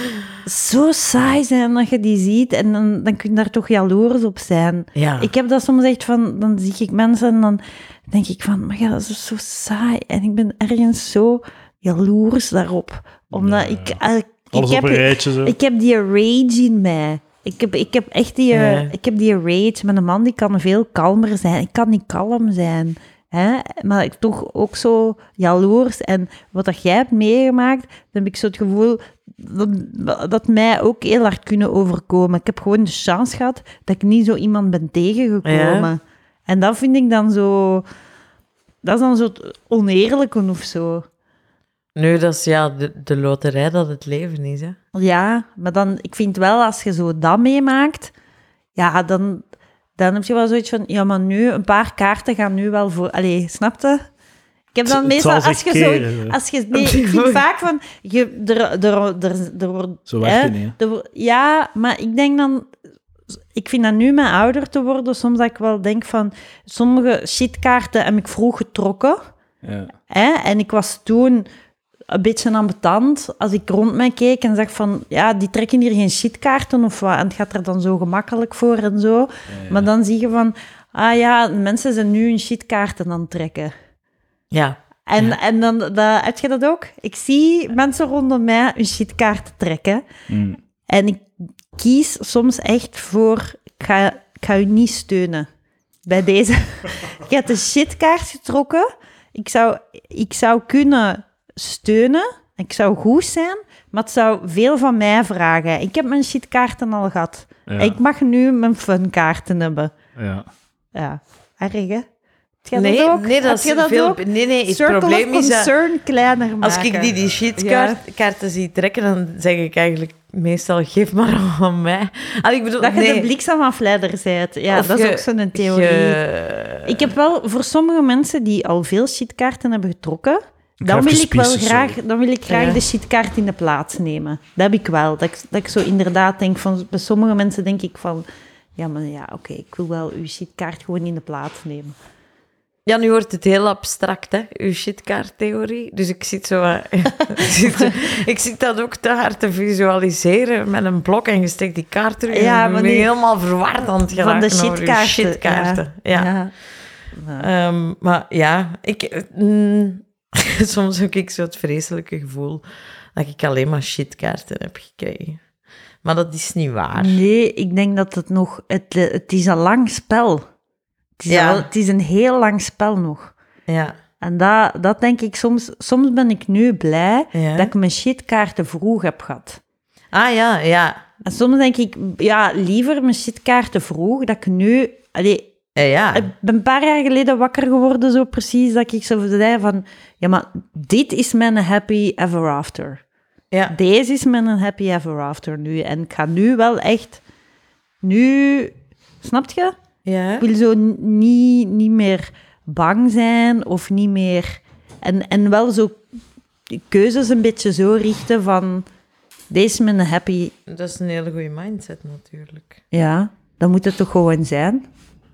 zo saai zijn dat je die ziet en dan, dan kun je daar toch jaloers op zijn. Ja. Ik heb dat soms echt van, dan zie ik mensen en dan denk ik van, maar ja, dat is zo saai en ik ben ergens zo jaloers daarop. Omdat ja, ik... ja. ik Alles ik heb, op een rijtje zo. Ik heb die rage in mij. Ik heb, ik heb echt die, Ja. ik heb die rage. Met een man die kan veel kalmer zijn. Ik kan niet kalm zijn. Hè? Maar ik toch ook zo jaloers. En wat dat jij hebt meegemaakt, dan heb ik zo het gevoel dat, dat mij ook heel hard kunnen overkomen. Ik heb gewoon de chance gehad dat ik niet zo iemand ben tegengekomen. Ja. En dat vind ik dan zo... Dat is dan zo oneerlijk of zo. Nu, dat is ja, de, de loterij dat het leven is, hè. Ja, maar dan, ik vind wel, als je zo dat meemaakt, ja, dan, dan heb je wel zoiets van, ja, maar nu, een paar kaarten gaan nu wel voor... Allee, snap je? Ik heb dan Het meestal, zal als zich je zo... keren, Als je, nee, ik vind vaak van, je, er, er, er, er wordt... Zo werkt het hè, niet, hè? er wordt- ja, maar ik denk dan... Ik vind dat nu met ouder te worden, soms dat ik wel denk van, sommige shitkaarten heb ik vroeg getrokken, Ja. hè, en ik was toen... een beetje ambetant als ik rond mij keek en zag van, ja, die trekken hier geen shitkaarten of wat, en het gaat er dan zo gemakkelijk voor en zo. Ja, ja. Maar dan zie je van, ah ja, mensen zijn nu hun shitkaarten aan het trekken. Ja. En, Ja. en dan, dat, heb je dat ook? Ik zie mensen rondom mij hun shitkaarten trekken. Mm. En ik kies soms echt voor, ik ga, ik ga u niet steunen bij deze. Ik heb de shitkaart getrokken. Ik zou, ik zou kunnen steunen. Ik zou goed zijn, maar het zou veel van mij vragen. Ik heb mijn shitkaarten al gehad. Ja. Ik mag nu mijn funkaarten hebben. Ja. Ja, erg hè? Heb je Nee, dat ook? nee, dat Heb is je dat veel... ook? Nee, nee, het Circle probleem of is dat... concern kleiner maken. Als ik die, die shitkaarten zie trekken, dan zeg ik eigenlijk meestal, geef maar aan mij. Allee, ik bedoel, Dat je nee. de bliksemafleider bent. Ja, Of dat is je- ook zo'n theorie. je- Ik heb wel voor sommige mensen die al veel shitkaarten hebben getrokken, Ik dan ga wil even ik wel pissen, graag, sorry. dan wil ik graag Ja. de shitkaart in de plaats nemen. Dat heb ik wel. Dat ik, dat ik zo inderdaad denk van, bij sommige mensen denk ik van, ja, maar ja, oké, ik wil wel uw shitkaart gewoon in de plaats nemen. Ja, nu wordt het heel abstract, hè, uw shitkaarttheorie. Dus ik zit zo... eh, ik, zit, ik zit dat ook te hard te visualiseren met een blok en je steekt die kaart terug. Ja, en maar ik ben die- helemaal verward aan het Van geraken de over uw shitkaarten. shitkaarten. Ja. Ja. Ja. Ehm, maar ja, ik... mm, soms heb ik zo het vreselijke gevoel dat ik alleen maar shitkaarten heb gekregen. Maar dat is niet waar. Nee, ik denk dat het nog... Het, het is een lang spel. Het is, Ja. al- het is een heel lang spel nog. Ja. En dat, dat denk ik soms... Soms ben ik nu blij Ja. dat ik mijn shitkaarten vroeg heb gehad. Ah ja, ja. En soms denk ik, ja, liever mijn shitkaarten vroeg, dat ik nu... Allee, Ja, ja. ik ben een paar jaar geleden wakker geworden, zo precies, dat ik zo zei van... Ja, maar dit is mijn happy ever after. ja. Deze is mijn happy ever after nu. En ik ga nu wel echt... Nu... Snap je? ja. Ik wil zo n- niet, niet meer bang zijn of niet meer... En, en wel zo keuzes een beetje zo richten van... Deze is mijn happy... Dat is een hele goede mindset natuurlijk. Ja, dan moet het toch gewoon zijn?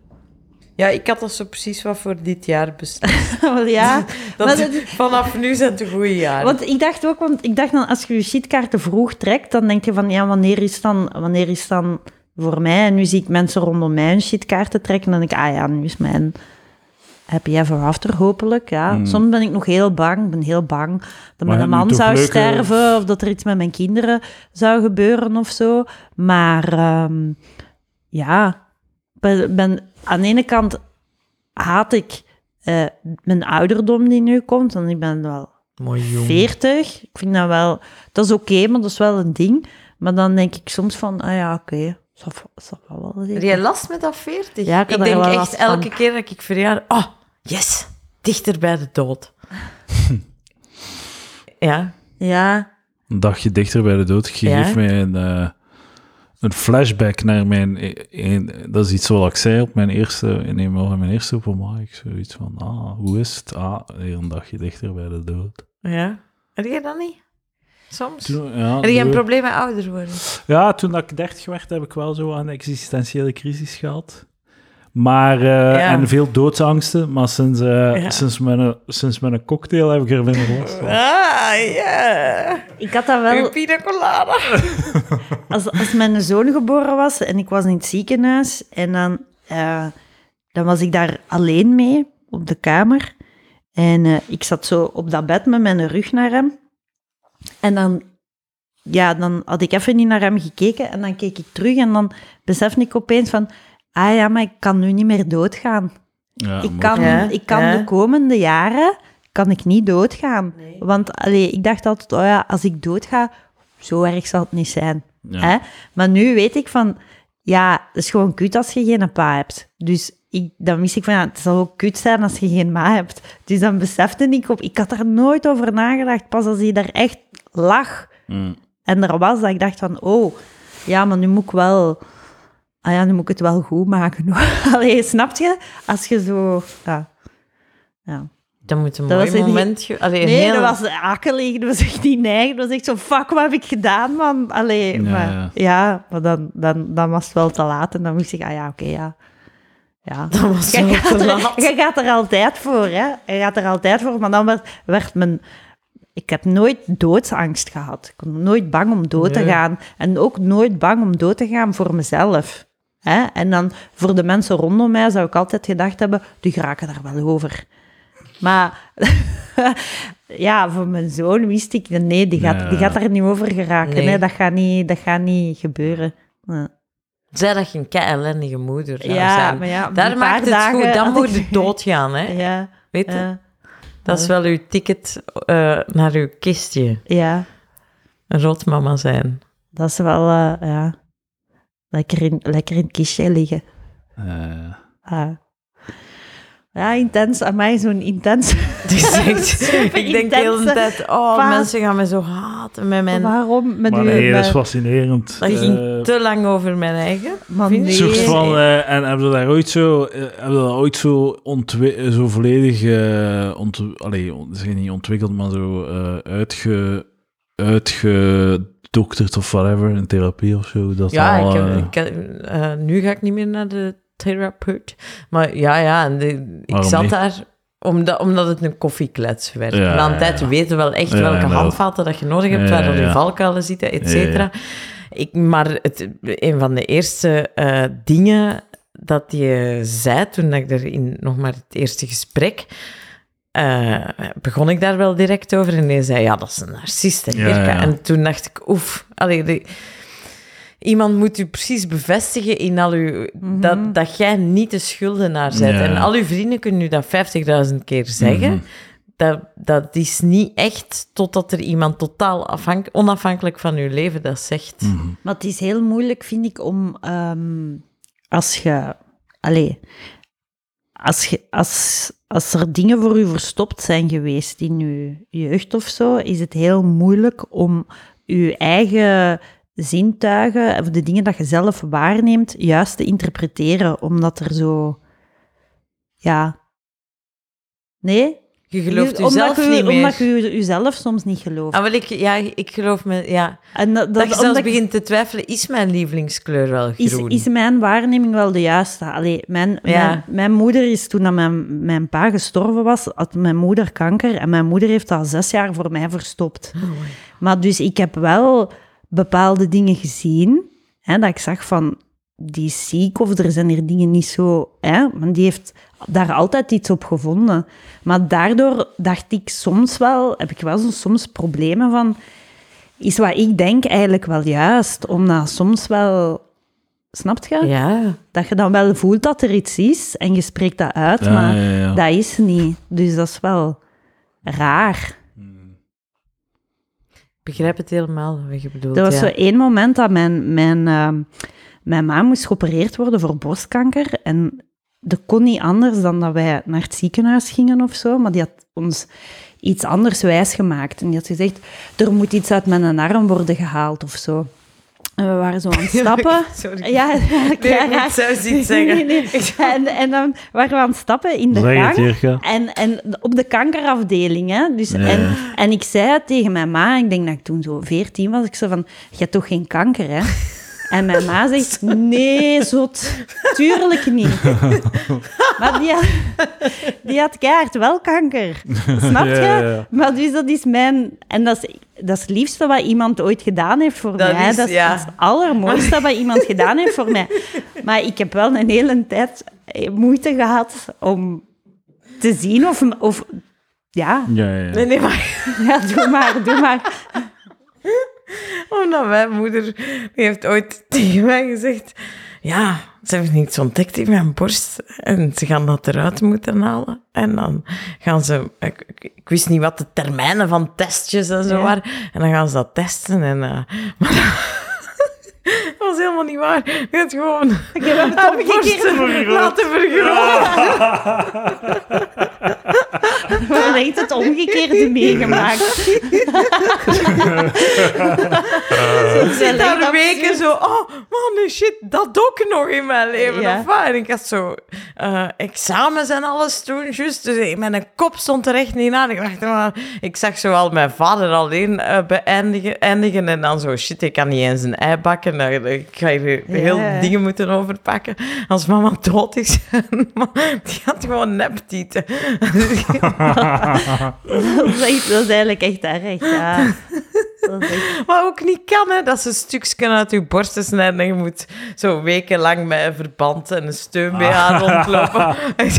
Ja, ik had dat zo precies wat voor dit jaar beslist. Wel ja, Dat, maar dat- vanaf nu zijn het de goede jaren. want ik dacht ook, want ik dacht dan, als je je shitkaarten vroeg trekt, dan denk je van, ja, wanneer is dan, wanneer is dan voor mij? En nu zie ik mensen rondom mij hun shitkaarten trekken, en dan denk ik, ah ja, nu is mijn happy ever after, hopelijk, ja. Mm. Soms ben ik nog heel bang, ik ben heel bang dat Maar mijn het man moet toch zou leuke- sterven, of dat er iets met mijn kinderen zou gebeuren of zo. Maar ehm, ja, ben, ben, aan de ene kant haat ik eh, mijn ouderdom die nu komt, want ik ben wel Mooi jong. veertig. Ik vind dat wel... Dat is oké, maar dat is wel een ding. Maar dan denk ik soms van, ah ja, oké, okay, zal, zal wel wel Heb jij last met dat veertig? Ja, ik ik had daar denk wel echt last van. elke keer dat ik verjaar... Oh, yes! Dichter bij de dood. ja. Ja, Een dagje dichter bij de dood. Je Ja. geeft mij een, eh, een flashback naar mijn... e- een- dat is iets wat ik zei op mijn eerste... In een van mijn eerste open mic. Zoiets van, ah, hoe is het? Ah, weer een dagje dichter bij de dood. Ja. Heb je dat niet? Soms? Toen, ja, Heb je een nee. probleem met ouder worden? Ja, toen dat ik dertig werd, heb ik wel zo een existentiële crisis gehad. Maar, uh, ja. En veel doodsangsten, maar sinds, uh, ja. sinds, mijn, sinds mijn cocktail heb ik er minder last van. Ah, ja. Yeah. Ik had dat wel... Uw pina colada. Als, als mijn zoon geboren was en ik was in het ziekenhuis en dan, uh, dan was ik daar alleen mee op de kamer en uh, ik zat zo op dat bed met mijn rug naar hem en dan, ja, dan had ik even niet naar hem gekeken en dan keek ik terug en dan besefte ik opeens van... Ah ja, maar ik kan nu niet meer doodgaan. Ja, ik kan, ja, ik kan ja. de komende jaren kan ik niet doodgaan. Nee. Want allee, ik dacht altijd, oh ja, als ik doodga, zo erg zal het niet zijn. Ja. Hè? Maar nu weet ik van, ja, het is gewoon kut als je geen pa hebt. Dus ik, dan wist ik van, ja, het zal ook kut zijn als je geen ma hebt. Dus dan besefte ik op, ik had er nooit over nagedacht. Pas als hij daar echt lag mm. en er was, dat ik dacht van, oh, ja, maar nu moet ik wel... Ah ja, nu moet ik het wel goed maken. Allee, snap je? Als je zo... Ja. ja. Dat moet een dat mooi moment... Niet... Allee, nee, heel... dat was akelig. Dat was echt niet neig. Dat was echt zo, fuck, wat heb ik gedaan, man? Allee, ja, maar, ja. ja, maar dan, dan, dan was het wel te laat. En dan moest ik, ah ja, oké, okay, ja. ja. Dat was je wel te er, laat. Je gaat er altijd voor, hè. Je gaat er altijd voor. Maar dan werd, werd mijn... Ik heb nooit doodsangst gehad. Ik was nooit bang om dood nee. te gaan. En ook nooit bang om dood te gaan voor mezelf. Hè? En dan voor de mensen rondom mij zou ik altijd gedacht hebben, die geraken daar wel over. Maar ja, voor mijn zoon wist ik, nee, die gaat, ja. die gaat daar niet over geraken. Nee. Nee, dat, gaat niet, dat gaat niet gebeuren. Ja. Zij dat je een kei ellendige moeder zou ja, zijn. Maar ja, daar maakt het goed, dan moet je doodgaan. Hè? Ja. Weet je? Ja. Dat is wel uw ticket uh, naar uw kistje. Ja. Een rotmama zijn. Dat is wel, uh, ja... Lekker in, lekker in het kistje liggen. Uh. Ah. Ja, intens. Aan mij zo'n intens... Ik denk de hele tijd, oh, paas. Mensen gaan me zo haten met mijn... Waarom? Met maar u, nee, met... dat is fascinerend. Dat ging uh, te lang over mijn eigen. Maar nee. Soort van, uh, en hebben we daar ooit zo, uh, hebben we daar ooit zo, ontwi- zo volledig, uh, ont- allee, dat is niet ontwikkeld, maar zo uh, uitge... uitge dokterd of whatever, een therapie of zo. Dat ja, al, ik heb, uh... ik heb, uh, nu ga ik niet meer naar de therapeut. Maar ja, ja, en de, ik zat niet? daar omdat, omdat het een koffieklets werd. Ja, Na een ja, tijd ja. weten we wel echt ja, welke nou, handvaten dat je nodig hebt, ja, waar er ja. je valkuilen zitten, et cetera. Ja, ja. Ik, maar het, een van de eerste uh, dingen dat je zei toen ik er in nog maar het eerste gesprek... Uh, begon ik daar wel direct over en hij zei, ja, dat is een narcist, hè, ja, ja. En toen dacht ik, oef, allee, de, iemand moet u precies bevestigen in al uw, mm-hmm. dat, dat jij niet de schuldenaar bent. Ja. En al uw vrienden kunnen u dat vijftigduizend keer zeggen. Mm-hmm. Dat, dat is niet echt totdat er iemand totaal afhank, onafhankelijk van uw leven dat zegt. Mm-hmm. Maar het is heel moeilijk, vind ik, om um, als je... Allee, als, je, als, als er dingen voor u verstopt zijn geweest in uw jeugd of zo, is het heel moeilijk om uw eigen zintuigen, of de dingen dat je zelf waarneemt, juist te interpreteren, omdat er zo... Ja... Nee? Je gelooft je, jezelf u, niet meer. Omdat je jezelf soms niet gelooft. Ah, wel, ik, ja, ik geloof me... Ja. En dat, dat, dat je zelfs ik, begint te twijfelen, is mijn lievelingskleur wel groen? Is, is mijn waarneming wel de juiste? Allee, mijn, ja. mijn, mijn moeder is, toen dat mijn, mijn pa gestorven was, had mijn moeder kanker. En mijn moeder heeft al zes jaar voor mij verstopt. Oh, maar dus ik heb wel bepaalde dingen gezien, hè, dat ik zag van... Die is ziek of er zijn hier dingen niet zo... Hè? Maar die heeft daar altijd iets op gevonden. Maar daardoor dacht ik soms wel... Heb ik wel zo soms problemen van... Is wat ik denk eigenlijk wel juist? Omdat soms wel... Snap je? Ja. Dat je dan wel voelt dat er iets is en je spreekt dat uit, ja, maar ja, ja. dat is niet. Dus dat is wel raar. Ik begrijp het helemaal, wat je bedoelt. Er was ja. zo één moment dat mijn... mijn uh, Mijn ma moest geopereerd worden voor borstkanker en dat kon niet anders dan dat wij naar het ziekenhuis gingen of zo, maar die had ons iets anders wijsgemaakt. En die had gezegd, er moet iets uit mijn arm worden gehaald of zo. En we waren zo aan het stappen. Sorry. Ja, nee, ik zou iets zeggen. Nee, nee. En, en dan waren we aan het stappen in de gang. Hier, en, en op de kankerafdeling. Hè. Dus, ja. en, en ik zei tegen mijn ma, ik denk dat ik toen zo veertien was, ik zei van, je hebt toch geen kanker, hè? En mijn ma zegt, nee, zot, tuurlijk niet. Maar die had, die had keihard wel kanker. Snap je? Ja, ja, ja. Maar dus dat is mijn... En dat is, dat is het liefste wat iemand ooit gedaan heeft voor dat mij. Is, dat, is, ja. dat is het allermooiste wat iemand gedaan heeft voor mij. Maar ik heb wel een hele tijd moeite gehad om te zien of... of ja. Ja, ja, ja. Nee, nee, maar... Ja, doe maar, doe maar. Omdat mijn moeder die heeft ooit tegen mij gezegd... Ja, ze hebben niets ontdekt in mijn borst. En ze gaan dat eruit moeten halen. En dan gaan ze... Ik, ik wist niet wat de termijnen van testjes en zo ja. waren. En dan gaan ze dat testen. En, uh, maar dat was helemaal niet waar. Ik heb het gewoon... Ik heb het omgekeerd laten vergroten. We hebben echt het omgekeerde meegemaakt. Ik zit daar weken zo... Oh, man, shit, dat ook nog in mijn leven. Ja. Of wat? En ik had zo uh, examens en alles toen, juist. Dus mijn kop stond er echt niet aan. Ik dacht, maar, ik zag zo al mijn vader alleen uh, beëindigen eindigen, en dan zo, shit, ik kan niet eens een ei bakken. Ik ga hier ja. heel dingen moeten overpakken. Als mama dood is, die had gewoon neptieten. dat, is echt, dat is eigenlijk echt erg, ja. Dat is echt... Maar ook niet kan, hè, dat ze een stukje uit je borsten snijden en je moet zo wekenlang met een verband en een steun B H rondlopen.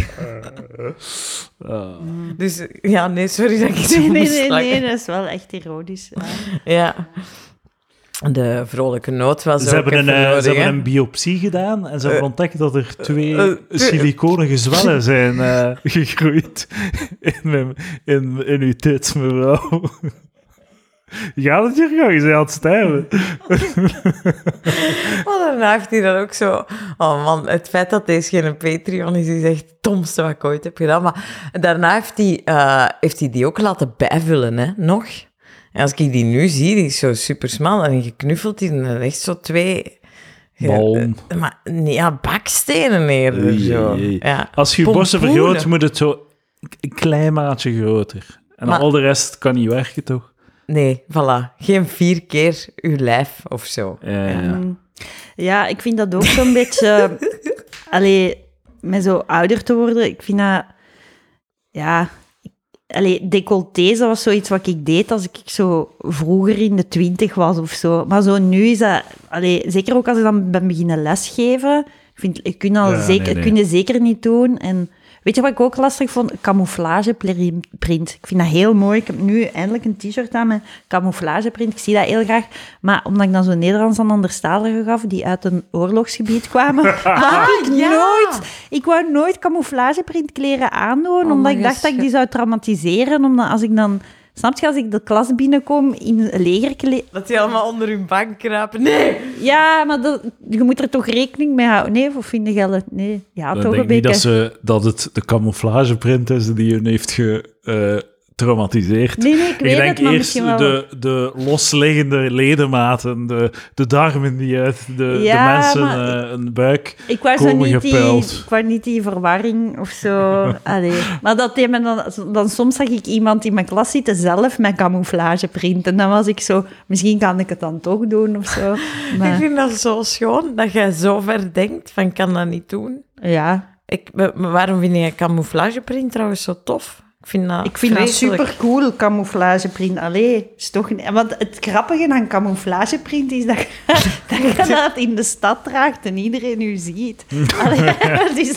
uh. Dus ja, nee, sorry dat ik zo nee, moest nee, lachen. nee, dat is wel echt ironisch. Ja. ja. De vrolijke noot was ze ook hebben een, nodig, Ze hè? hebben een biopsie gedaan en ze hebben uh, ontdekt dat er twee uh, uh, siliconen gezwellen zijn uh, gegroeid in, in, in uw tits, mevrouw. Gaat het hier gaan? Je bent aan het sterven. Maar daarna heeft hij dan ook zo... Oh man, het feit dat deze geen Patreon is, is echt het domste wat ik ooit heb gedaan. Maar daarna heeft hij, uh, heeft hij die ook laten bijvullen, hè, nog. En als ik die nu zie, die is zo super smal en geknuffeld is, en echt zo twee... Boom. Maar nee, ja, bakstenen eerder. Oei, zo. oei. Ja. Als je je borsten vergroot, moet het zo een klein maatje groter. En maar, al de rest kan niet werken, toch? Nee, voilà. Geen vier keer uw lijf of zo. Ja, ja. ja. ja ik vind dat ook zo'n beetje... Allee, met zo ouder te worden, ik vind dat... Ja... Allee, decolleté, dat was zoiets wat ik deed als ik zo vroeger in de twintig was of zo. Maar zo nu is dat... Allee, zeker ook als ik dan ben beginnen lesgeven, ik vind, ik kun al ja, zeker, nee, nee. kun je zeker niet doen. En weet je wat ik ook lastig vond? Camouflageprint. Ik vind dat heel mooi. Ik heb nu eindelijk een t-shirt aan met camouflageprint. Ik zie dat heel graag. Maar omdat ik dan zo Nederlands aan anderstaligen gaf, die uit een oorlogsgebied kwamen, ah, ik ja. nooit... Ik wou nooit camouflageprintkleren aandoen, oh, omdat ik dacht dat ik die zou traumatiseren. Omdat als ik dan... Snap je, als ik de klas binnenkom in een legerkleding... Dat die allemaal onder hun bank kruipen. Nee! Ja, maar dat, je moet er toch rekening mee houden. Nee, of vind je dat? Nee, ja, Dan toch denk een beetje... niet dat, ze, dat het de camouflageprint is die hun heeft getraumatiseerd. Uh, nee, nee, ik weet ik denk het, maar eerst wel... de, de losliggende ledematen, de, de darmen die uit de, ja, de mensen maar... uh, een buik ik wou komen niet gepeld. Die, ik wou niet die verwarring of zo. Allee. Maar dat deed me dan, dan soms zag ik iemand in mijn klas zitten zelf met camouflageprint. En dan was ik zo, misschien kan ik het dan toch doen of zo. Maar... Ik vind dat zo schoon, dat jij zo ver denkt van, ik kan dat niet doen. Ja. Ik, waarom vind je camouflageprint trouwens zo tof? Ik vind dat, ik vind dat super cool, camouflageprint. Allee, is toch niet... Want het grappige aan camouflageprint is dat, dat je dat in de stad draagt en iedereen u ziet. Allee, dus,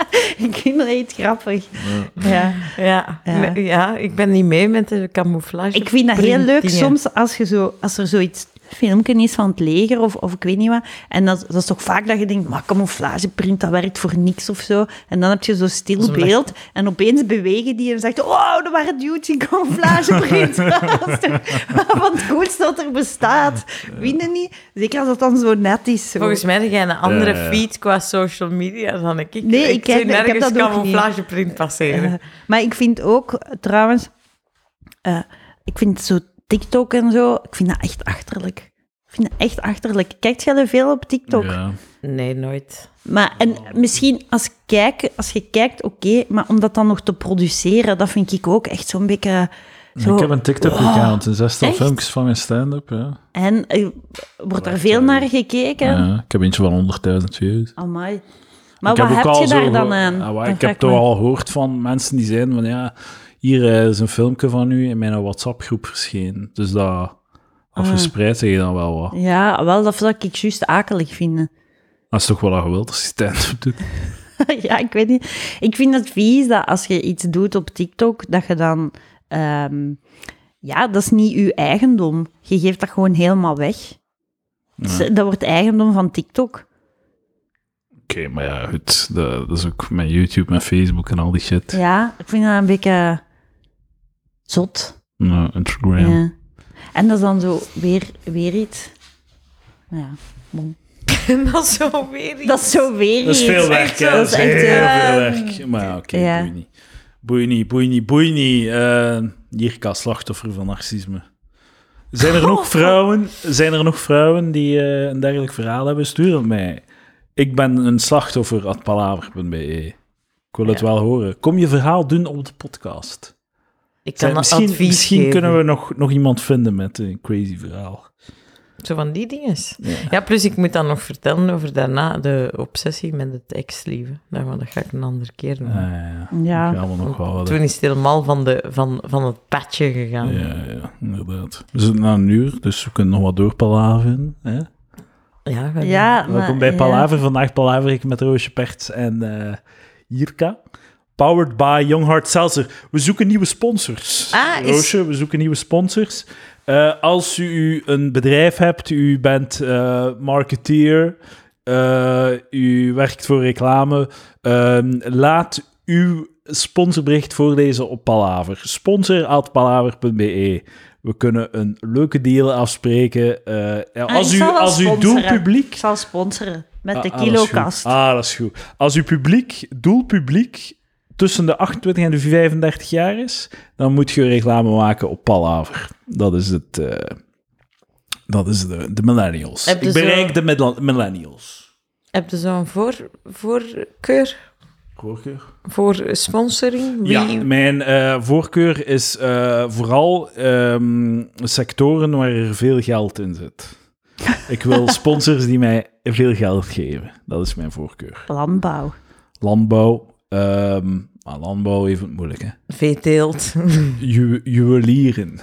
ik vind dat echt grappig. Ja. Ja. Ja. ja, ik ben niet mee met de camouflage. Ik vind dat heel leuk dingen. Soms als, je zo, als er zoiets... filmpje is van het leger of, of ik weet niet wat. En dat, dat is toch vaak dat je denkt, maar camouflageprint, dat werkt voor niks of zo. En dan heb je zo'n stil beeld en opeens bewegen die en zegt, oh, dat waren dudes in camouflageprint. Dat is toch wat het coolste dat er bestaat. Vind je niet? Zeker als dat dan zo net is. Zo. Volgens mij heb jij een andere uh, feed qua social media dan ik. Nee, ik, ik zie nergens ik heb dat camouflageprint passeren. Uh, maar ik vind ook, trouwens, uh, ik vind zo TikTok en zo, ik vind dat echt achterlijk. Ik vind dat echt achterlijk. Kijkt jij er veel op TikTok? Ja. Nee, nooit. Maar en misschien als, kijk, als je kijkt, oké, okay, maar om dat dan nog te produceren, dat vind ik ook echt zo'n beetje... Zo, ik heb een TikTok-account, oh, een zestal echt? filmpjes van mijn stand-up, ja. En uh, wordt er echt, veel ja. naar gekeken? Ja, ik heb eentje van honderdduizend views. Amai. Maar Ik wat heb heb, ook al je daar zo dan geho- aan? Ja, maar Dan ik vraag heb toch me- al gehoord van mensen die zeiden van ja, hier uh, is een filmpje van u in mijn WhatsApp-groep verschenen. Dus dat, dat Ah. verspreidt zich dan wel wat. Ja, wel, dat zou ik juist akelig vinden. Dat is toch wel wat je wilt als je stand-up doet. Ja, ik weet niet. Ik vind het vies dat als je iets doet op TikTok, dat je dan... ehm, ja, dat is niet uw eigendom. Je geeft dat gewoon helemaal weg. Ja. Dat wordt eigendom van TikTok. Oké, okay, maar ja, goed. Dat, dat is ook met YouTube, met Facebook en al die shit. Ja, ik vind dat een beetje zot. Nou, Instagram. Ja. En dat is dan zo weer, weer iets. Ja, bon. Dat is zo weer iets. Dat is zo weer Dat is iets. veel werk, hè. Dat is echt... heel eh, veel werk. Maar ja, oké, ja. boei niet. Boei niet, boei niet, boei niet. Uh, Jirka, slachtoffer van narcisme. Zijn er nog vrouwen, zijn er nog vrouwen die uh, een dergelijk verhaal hebben? Stuur het mij. Ik ben een slachtoffer at palaver punt be. Ik wil het Ja. wel horen. Kom je verhaal doen op de podcast. Ik kan Zijn, dat misschien advies misschien geven. kunnen we nog, nog iemand vinden met een crazy verhaal. Zo van die dingen. Ja. Ja, plus ik moet dan nog vertellen over daarna de obsessie met het ex-lieve. Nou, maar dat ga ik een andere keer doen. Ah, ja, Ja. Dat gaan we nog wel wat. Toen is het helemaal van, de, van, van het padje gegaan. Ja, ja, inderdaad. We zitten na een uur, dus we kunnen nog wat doorpalaveren. Hè? Ja, we- Ja, maar... Welkom bij ja. Palaver. Vandaag palaver ik met Roosje Perts en eh Jirka. Powered by Young Heart Seltzer. We zoeken nieuwe sponsors. Ah, is- Roosje, we zoeken nieuwe sponsors. Eh, als u een bedrijf hebt, u bent eh, marketeer, eh, u werkt voor reclame, eh, laat uw sponsorbericht voorlezen op Palaver. sponsor at palaver punt be. We kunnen een leuke deal afspreken. Eh, ja, Ah, als ik u, zal wel als uw sponsoren. doelpubliek... Ik zal sponsoren met de Ah, ah, dat is goed. kilokast. Ah, dat is goed. Als uw publiek, doelpubliek tussen de achtentwintig en de vijfendertig jaar is, dan moet je reclame maken op Palaver. Dat is het... eh, dat is de, de millennials. Heb je Ik bereik zo- de mid- millennials. Heb je zo'n voor, voorkeur Voorkeur? voor sponsoring? Wie... Ja, mijn eh, voorkeur is eh, vooral ehm, sectoren waar er veel geld in zit. Ik wil sponsors die mij veel geld geven. Dat is mijn voorkeur. Landbouw. Landbouw. ehm, maar landbouw even moeilijk, hè. Veeteelt. Ju- juwelieren.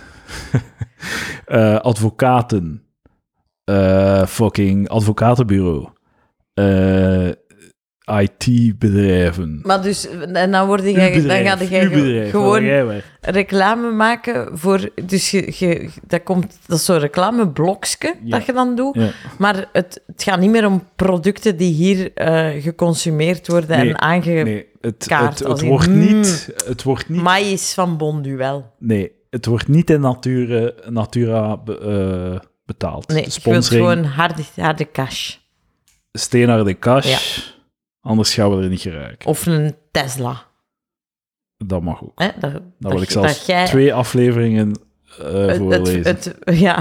Eh, advocaten. Eh, fucking advocatenbureau. Eh, I T-bedrijven. Maar dus, en dan, word Uw je, dan bedrijf, ga uw je bedrijf, gewoon waar jij werkt. reclame maken voor... Dus je, je, dat, komt, dat is zo'n reclameblokje Ja. dat je dan doet. Ja. Maar het, het gaat niet meer om producten die hier eh, geconsumeerd worden Nee, en aange... Nee, het, kaart het, het, als in, wordt mm. niet... Het wordt niet... Maïs van Bonduel. Nee, het wordt niet in Natura, Natura be- eh, betaald. Nee, De je wilt sponsoring, gewoon harde, harde cash. steen naar de cash. Ja. Anders gaan we er niet geraken. Of een Tesla. Dat mag ook. Hè? Dat, Dan dat, wil ik zelfs dat jij twee afleveringen eh, het, voorlezen. het, het, ja.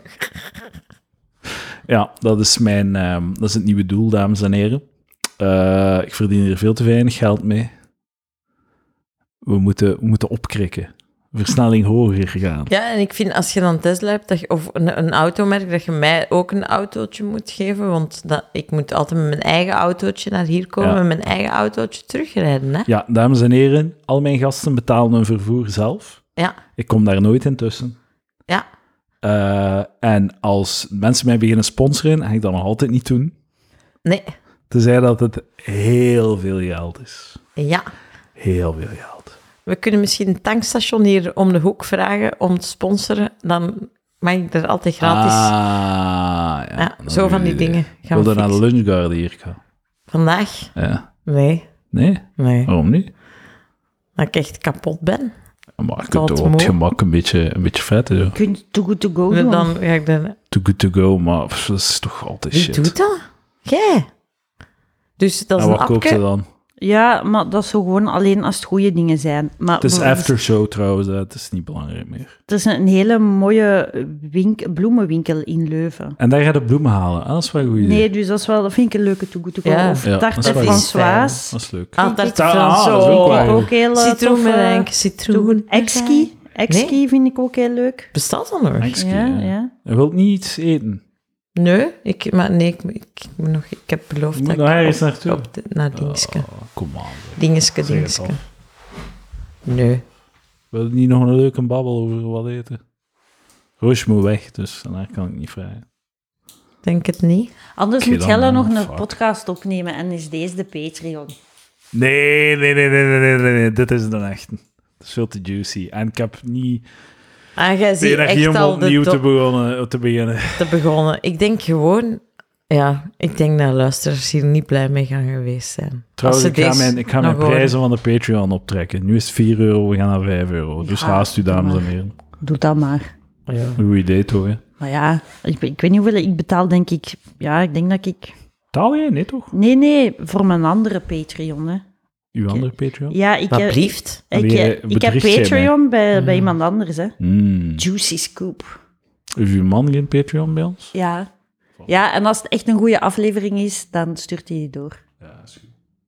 Ja, dat is, mijn, ehm, dat is het nieuwe doel, dames en heren. Eh, ik verdien hier veel te weinig geld mee. We moeten, we moeten opkrikken. Versnelling hoger gaan. Ja, en ik vind als je dan Tesla hebt, dat je, of een, een automerk, dat je mij ook een autootje moet geven, want dat, ik moet altijd met mijn eigen autootje naar hier komen, Ja. met mijn eigen autootje terugrijden. Hè? Ja, dames en heren, al mijn gasten betalen hun vervoer zelf. Ja, Ik kom daar nooit in tussen. ja. Eh, en als mensen mij beginnen sponsoren, ga ik dat nog altijd niet doen. Nee, Tenzij dat het heel veel geld is. ja. Heel veel geld. We kunnen misschien een tankstation hier om de hoek vragen om te sponsoren, dan mag ik er altijd gratis... Ah, ja. ja, Dat zo is van een die idee. dingen Ik gaan we wilde naar de fixen. lunchgarden hier gaan. Vandaag? Ja. Nee, Nee? nee. Waarom niet? Dat ik echt kapot ben. Maar ik Valt kunt toch op het moe. gemak een beetje, een beetje vetten. Zo. Je kunt too good to go doen. Dan ga ik dan... Too good to go, maar pff, dat is toch altijd Wie shit. doet dat? Jij. Dus dat is En een wat koopt je appje. dan? Ja, maar dat is zo gewoon alleen als het goede dingen zijn. Maar Het is we- aftershow trouwens, hè. Het is niet belangrijk meer. Het is een hele mooie wink, bloemenwinkel in Leuven. En daar ga je de bloemen halen. Ah, dat is wel een goed idee. Nee, dus dat is wel, dat vind ik een leuke to go to go. Ja. Of Ja, tarte dat is wel Françoise. Dat is leuk. Ah, tarte Ah, Françoise. dat is ook wel Vind ik ook heel eh, Citroen toffe- met citroen. Exki. Exki Nee? vind ik ook heel leuk. Bestaat dat nog? Exki, Ja, ja. ja. Je wilt niet iets eten? Nee, ik, maar nee, ik, ik, ik, moet nog, ik heb beloofd Je moet dat nog ik ergens op- naartoe. op de- naar Dingske. Oh, kom aan. Dingeske, Zeg het Dingske. al. Nee. Wil je niet nog een leuke babbel over wat eten? Roos moet weg, dus daarna kan ik niet vrij. Denk het niet. Anders Oké, moet dan, Jelle eh, nog een fuck. podcast opnemen en is deze de Patreon. Nee, nee, nee, nee, nee, nee, nee, nee. Dit is de echte. Dat is veel te juicy. En ik heb niet Ah, jij de ziet energie echt om al de opnieuw te top beginnen, te beginnen. te begonnen. Ik denk gewoon... Ja, ik denk dat luisteraars hier niet blij mee gaan geweest zijn. Trouwens, Als ik ze ga deze mijn, ik ga nog mijn horen. prijzen van de Patreon optrekken. Nu is het vier euro, we gaan naar vijf euro. Dus Ja, haast u, dames maar- en heren. Doe dat maar. Ja. Een goed idee, toch, hè? Maar ja, ik, ik weet niet hoeveel ik betaal, denk ik. Ja, ik denk dat ik... Taal jij? Nee, toch? Nee, nee, voor mijn andere Patreon, hè. Uw andere Patreon? Ja, ik, Wat heb- blieft? ik, Wie, eh, ik heb bedriegt jij Patreon bij, bij iemand anders, hè. Hmm. Juicy Scoop. Heeft uw man geen Patreon bij ons? Ja. Ja, en als het echt een goede aflevering is, dan stuurt hij die door. Ja, is goed.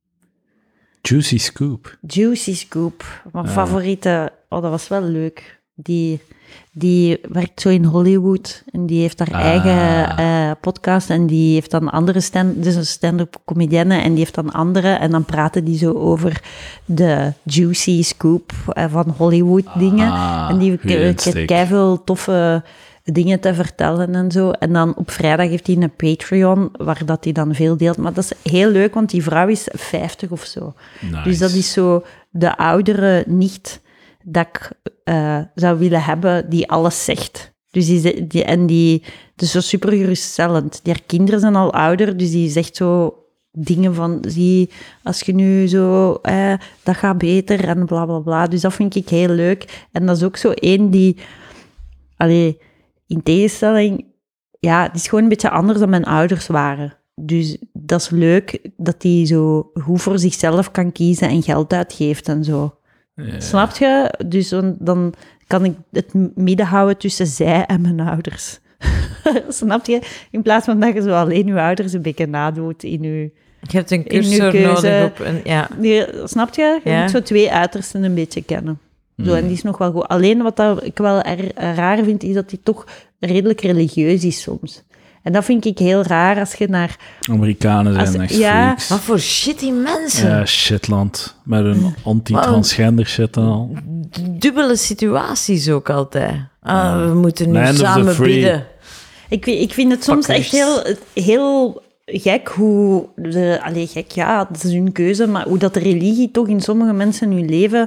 Juicy Scoop. Juicy Scoop. Mijn Ja. favoriete... Oh, dat was wel leuk. Die, die werkt zo in Hollywood en die heeft haar Ah. eigen eh, podcast en die heeft dan andere stand... Dus een stand-up comedienne en die heeft dan andere en dan praten die zo over de Juicy Scoop eh, van Hollywood dingen. Ah, en die goeie insteek. heeft veel toffe dingen te vertellen en zo. En dan op vrijdag heeft hij een Patreon waar dat hij dan veel deelt. Maar dat is heel leuk, want die vrouw is vijftig of zo. Nice. Dus dat is zo de oudere nicht dat ik eh, zou willen hebben die alles zegt. Dus die, die, en die, het is zo super geruststellend. Die haar kinderen zijn al ouder, dus die zegt zo dingen van, zie, als je nu zo, eh, dat gaat beter en bla bla bla. Dus dat vind ik heel leuk. En dat is ook zo één die, allee, in tegenstelling, ja, het is gewoon een beetje anders dan mijn ouders waren. Dus dat is leuk dat die zo goed voor zichzelf kan kiezen en geld uitgeeft en zo. Ja. Snap je? Dus dan, dan kan ik het midden houden tussen zij en mijn ouders. Snap je? In plaats van dat je zo alleen je ouders een beetje nadoet in je... Je hebt een In uw cursor keuze. nodig op een... Ja. Nee, snap je? Je Ja. moet zo twee uitersten een beetje kennen. Zo, Hmm. en die is nog wel goed. Alleen wat dat ik wel er, raar vind, is dat die toch redelijk religieus is soms. En dat vind ik heel raar als je naar... Amerikanen zijn Als- echt ja. freaks. Wat voor shit die mensen. Ja, shitland. Met een anti-transgender shit en al. Dubbele situaties ook altijd. Ah, we moeten nu Land of the samen free. bidden. Ik, weet- ik vind het soms Fuckers. echt heel, heel gek hoe... De, allee, gek, ja, dat is hun keuze, maar hoe dat de religie toch in sommige mensen in hun leven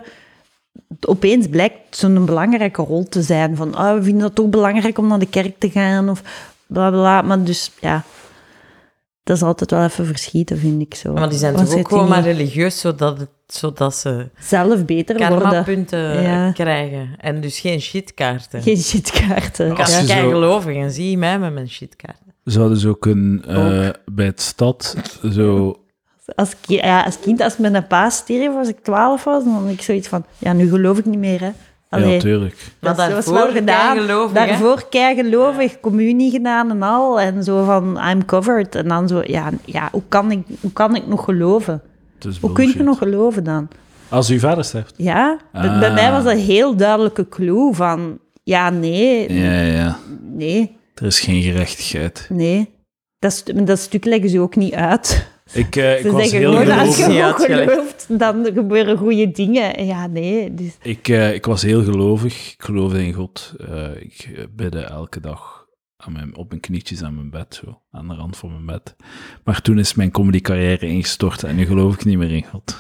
opeens blijkt zo'n belangrijke rol te zijn. Van, ah, we vinden het toch belangrijk om naar de kerk te gaan, of bla bla. Maar dus, ja... Dat is altijd wel even verschieten, vind ik zo. Maar die zijn Want toch ze ook gewoon niet maar religieus, zodat, het, zodat ze zelf beter worden. karma-punten Ja. krijgen. En dus geen shitkaarten. Geen shitkaarten. Als ja. je Kijk, zo- gelovig en zie mij met mijn shitkaarten. Zouden ze ook kunnen eh, bij het stad zo... Als, ki- ja, als kind, als mijn pa stierf, als ik twaalf was, dan had ik zoiets van, ja, nu geloof ik niet meer, hè. Allee, Ja, tuurlijk. Maar dat was daarvoor wel gedaan. keigelovig, hè? Daarvoor keigelovig, communie gedaan en al. En zo van, I'm covered. En dan zo, ja, ja hoe, kan ik, hoe kan ik nog geloven? Het is Hoe kun je bullshit. nog geloven dan? Als uw vader sterft. Ja, bij- Ah. bij mij was dat een heel duidelijke clue van, ja, nee, Ja, ja. nee, Er is geen gerechtigheid. nee. Dat, stu- dat stuk leggen ze ook niet uit. Ik, eh, ik Ze was zeggen heel gewoon, als je gelovig. Ja, goed uitgelegd. gelooft, dan gebeuren goede dingen. Ja, nee. Dus, Ik, eh, ik was heel gelovig. Ik geloofde in God. Eh, ik eh, bidde elke dag aan mijn, op mijn knietjes aan mijn bed, zo, aan de rand van mijn bed. Maar toen is mijn comedycarrière ingestort en nu geloof ik niet meer in God.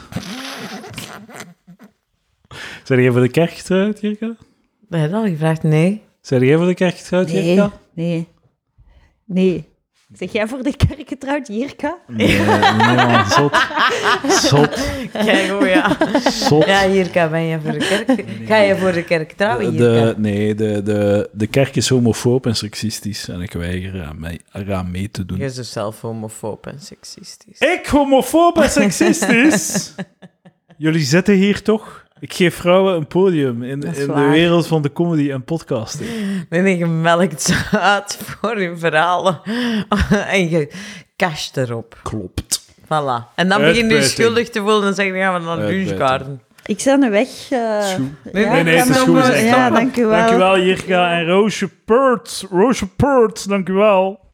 Zijn jij voor de kerk getrouwd, Jirka? Dat heb je al gevraagd? Nee. Zijn jij voor de kerk getrouwd, nee, Jirka? nee, nee. Zeg jij voor de kerk getrouwd, Jirka? Nee, nee man, zot. Zot, Kijk, oh ja. zot. Ja, Jirka, ben je voor de kerk? Ga je voor de kerk trouwen, Jirka? De, nee, de, de, de kerk is homofoob en seksistisch en ik weiger eraan mee, eraan mee te doen. Je is dus zelf homofoob en seksistisch. Ik homofoob en seksistisch? Jullie zitten hier toch? Ik geef vrouwen een podium in, Dat is in de waar. wereld van de comedy en podcasting. Nee, nee, je melkt ze uit voor je verhalen. En je casht erop. Klopt. Voilà. En dan begin je je Uitbuiting. schuldig te voelen en zeg je, gaan we naar de Uitbuiting. lunchgarden. Ik ben er weg. Uh, nee, ja, nee, nee, het is goed. Ja, dank u wel. Dank u wel, Jirka en Roosje Peurt. Roosje Peurt, dank u wel.